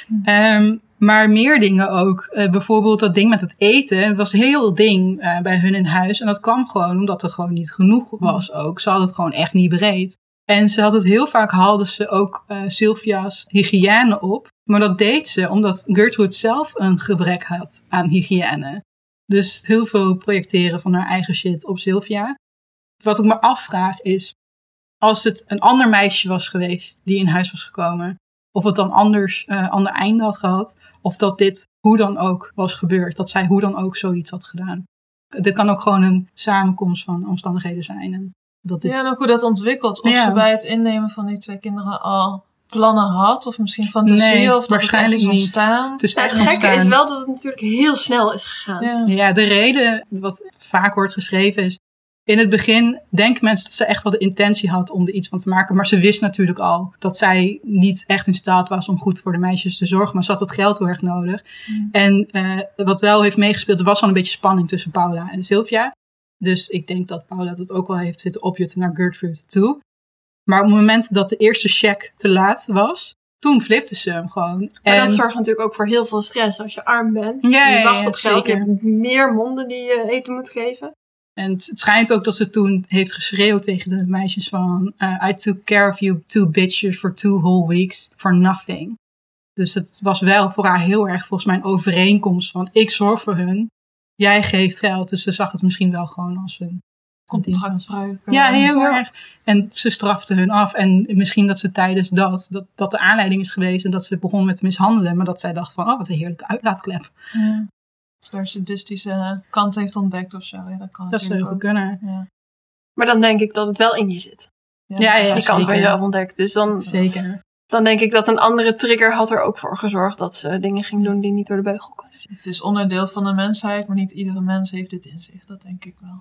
Maar meer dingen ook. Bijvoorbeeld dat ding met het eten. Het was een heel ding bij hun in huis. En dat kwam gewoon omdat er gewoon niet genoeg was ook. Ze hadden het gewoon echt niet bereid. En ze had het heel vaak, haalde ze ook Sylvia's hygiëne op. Maar dat deed ze omdat Gertrude zelf een gebrek had aan hygiëne. Dus heel veel projecteren van haar eigen shit op Sylvia. Wat ik me afvraag is, als het een ander meisje was geweest die in huis was gekomen. Of het dan ander einde had gehad. Of dat dit hoe dan ook was gebeurd. Dat zij hoe dan ook zoiets had gedaan. Dit kan ook gewoon een samenkomst van omstandigheden zijn. En dat dit... Ja, en ook hoe dat ontwikkelt. Of Ja. ze bij het innemen van die 2 kinderen al plannen had. Of misschien fantasie. Nee, of dat waarschijnlijk het echt is niet. ontstaan. Het is Nou, het echt gekke ontstaan. is wel dat het natuurlijk heel snel is gegaan. Ja. Ja, de reden wat vaak wordt geschreven is... In het begin denken mensen dat ze echt wel de intentie had om er iets van te maken. Maar ze wist natuurlijk al dat zij niet echt in staat was om goed voor de meisjes te zorgen. Maar ze had het geld heel erg nodig. En wat wel heeft meegespeeld, er was wel een beetje spanning tussen Paula en Sylvia. Dus ik denk dat Paula dat ook wel heeft zitten opjutten naar Gertrude toe. Maar op het moment dat de eerste check te laat was, toen flipte ze hem gewoon. Maar En dat zorgt natuurlijk ook voor heel veel stress als je arm bent. Ja, je ja, wacht ja, op geld, je zeker. hebt meer monden die je eten moet geven. En het schijnt ook dat ze toen heeft geschreeuwd tegen de meisjes van... I took care of you 2 bitches for 2 whole weeks for nothing. Dus het was wel voor haar heel erg volgens mij een overeenkomst van... ik zorg voor hun, jij geeft geld. Dus ze zag het misschien wel gewoon als een Contractbreuk. Ja, heel erg. En ze strafte hun af. En misschien dat ze tijdens dat de aanleiding is geweest... en dat ze begon met te mishandelen. Maar dat zij dacht van, oh, wat een heerlijke uitlaatklep. Ja. Als haar sadistische kant heeft ontdekt of zo. Ja, dat kan Dat zou heel natuurlijk goed ook. kunnen. Ja. Maar dan denk ik dat het wel in je zit. Ja, Als je die kant van zeker. jezelf ontdekt. Dus dan Zeker. denk ik dat een andere trigger had er ook voor gezorgd dat ze dingen ging doen die niet door de beugel konden. Het is onderdeel van de mensheid, maar niet iedere mens heeft dit in zich. Dat denk ik wel.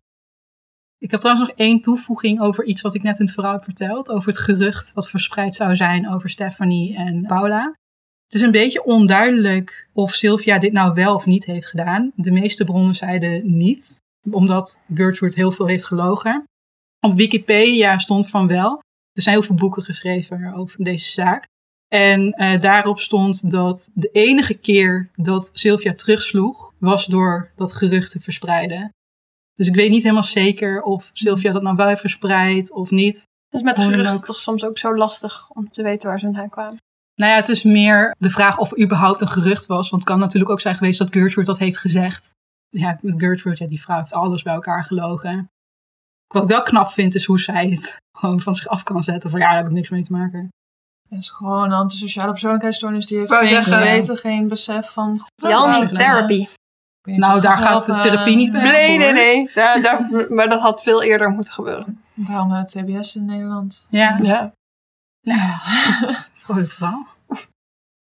Ik heb trouwens nog 1 toevoeging over iets wat ik net in het verhaal heb verteld. Over het gerucht wat verspreid zou zijn over Stephanie en Paula. Het is een beetje onduidelijk of Sylvia dit nou wel of niet heeft gedaan. De meeste bronnen zeiden niet, omdat Gertrude heel veel heeft gelogen. Op Wikipedia stond van wel. Er zijn heel veel boeken geschreven over deze zaak. En daarop stond dat de enige keer dat Sylvia terugsloeg, was door dat gerucht te verspreiden. Dus ik weet niet helemaal zeker of Sylvia dat nou wel heeft verspreid of niet. Dus met Hoe dan geruchten ook. toch soms ook zo lastig om te weten waar ze vandaan kwamen. Nou ja, het is meer de vraag of er überhaupt een gerucht was. Want het kan natuurlijk ook zijn geweest dat Gertrude dat heeft gezegd. Ja, met Gertrude, ja, die vrouw heeft alles bij elkaar gelogen. Wat ik wel knap vind, is hoe zij het gewoon van zich af kan zetten. Van ja, daar heb ik niks mee te maken. Het is gewoon een antisociale persoonlijkheidsstoornis. Die heeft Wou geen zeggen, geweten, geen besef van... Jan niet therapy. Ik weet niet Nou, of daar dat gaat de helpen. therapie niet bij. Nee. Maar dat had veel eerder moeten gebeuren. Daarom het TBS in Nederland. Ja, Ja. nou, vrolijk verhaal.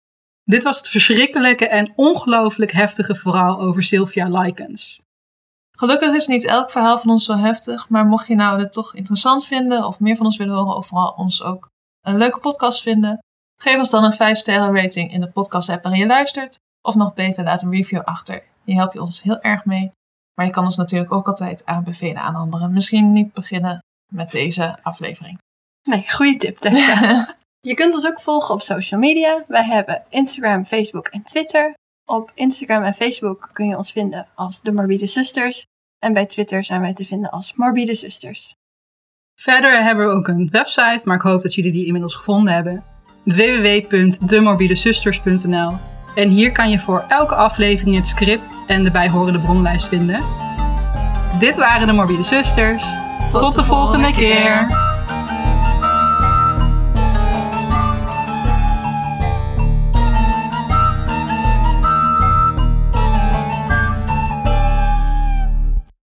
Dit was het verschrikkelijke en ongelooflijk heftige verhaal over Sylvia Likens. Gelukkig is niet elk verhaal van ons zo heftig, maar mocht je nou dit toch interessant vinden of meer van ons willen horen of vooral ons ook een leuke podcast vinden, geef ons dan een 5-sterren rating in de podcast app waarin je luistert. Of nog beter, laat een review achter. Hier help je ons heel erg mee. Maar je kan ons natuurlijk ook altijd aanbevelen aan anderen. Misschien niet beginnen met deze aflevering. Nee, goede tip, Tessa. Je kunt ons ook volgen op social media. Wij hebben Instagram, Facebook en Twitter. Op Instagram en Facebook kun je ons vinden als De Morbide Zusters. En bij Twitter zijn wij te vinden als Morbide Zusters. Verder hebben we ook een website, maar ik hoop dat jullie die inmiddels gevonden hebben. www.demorbidezusters.nl. En hier kan je voor elke aflevering het script en de bijhorende bronlijst vinden. Dit waren de Morbide Zusters. Tot de volgende keer.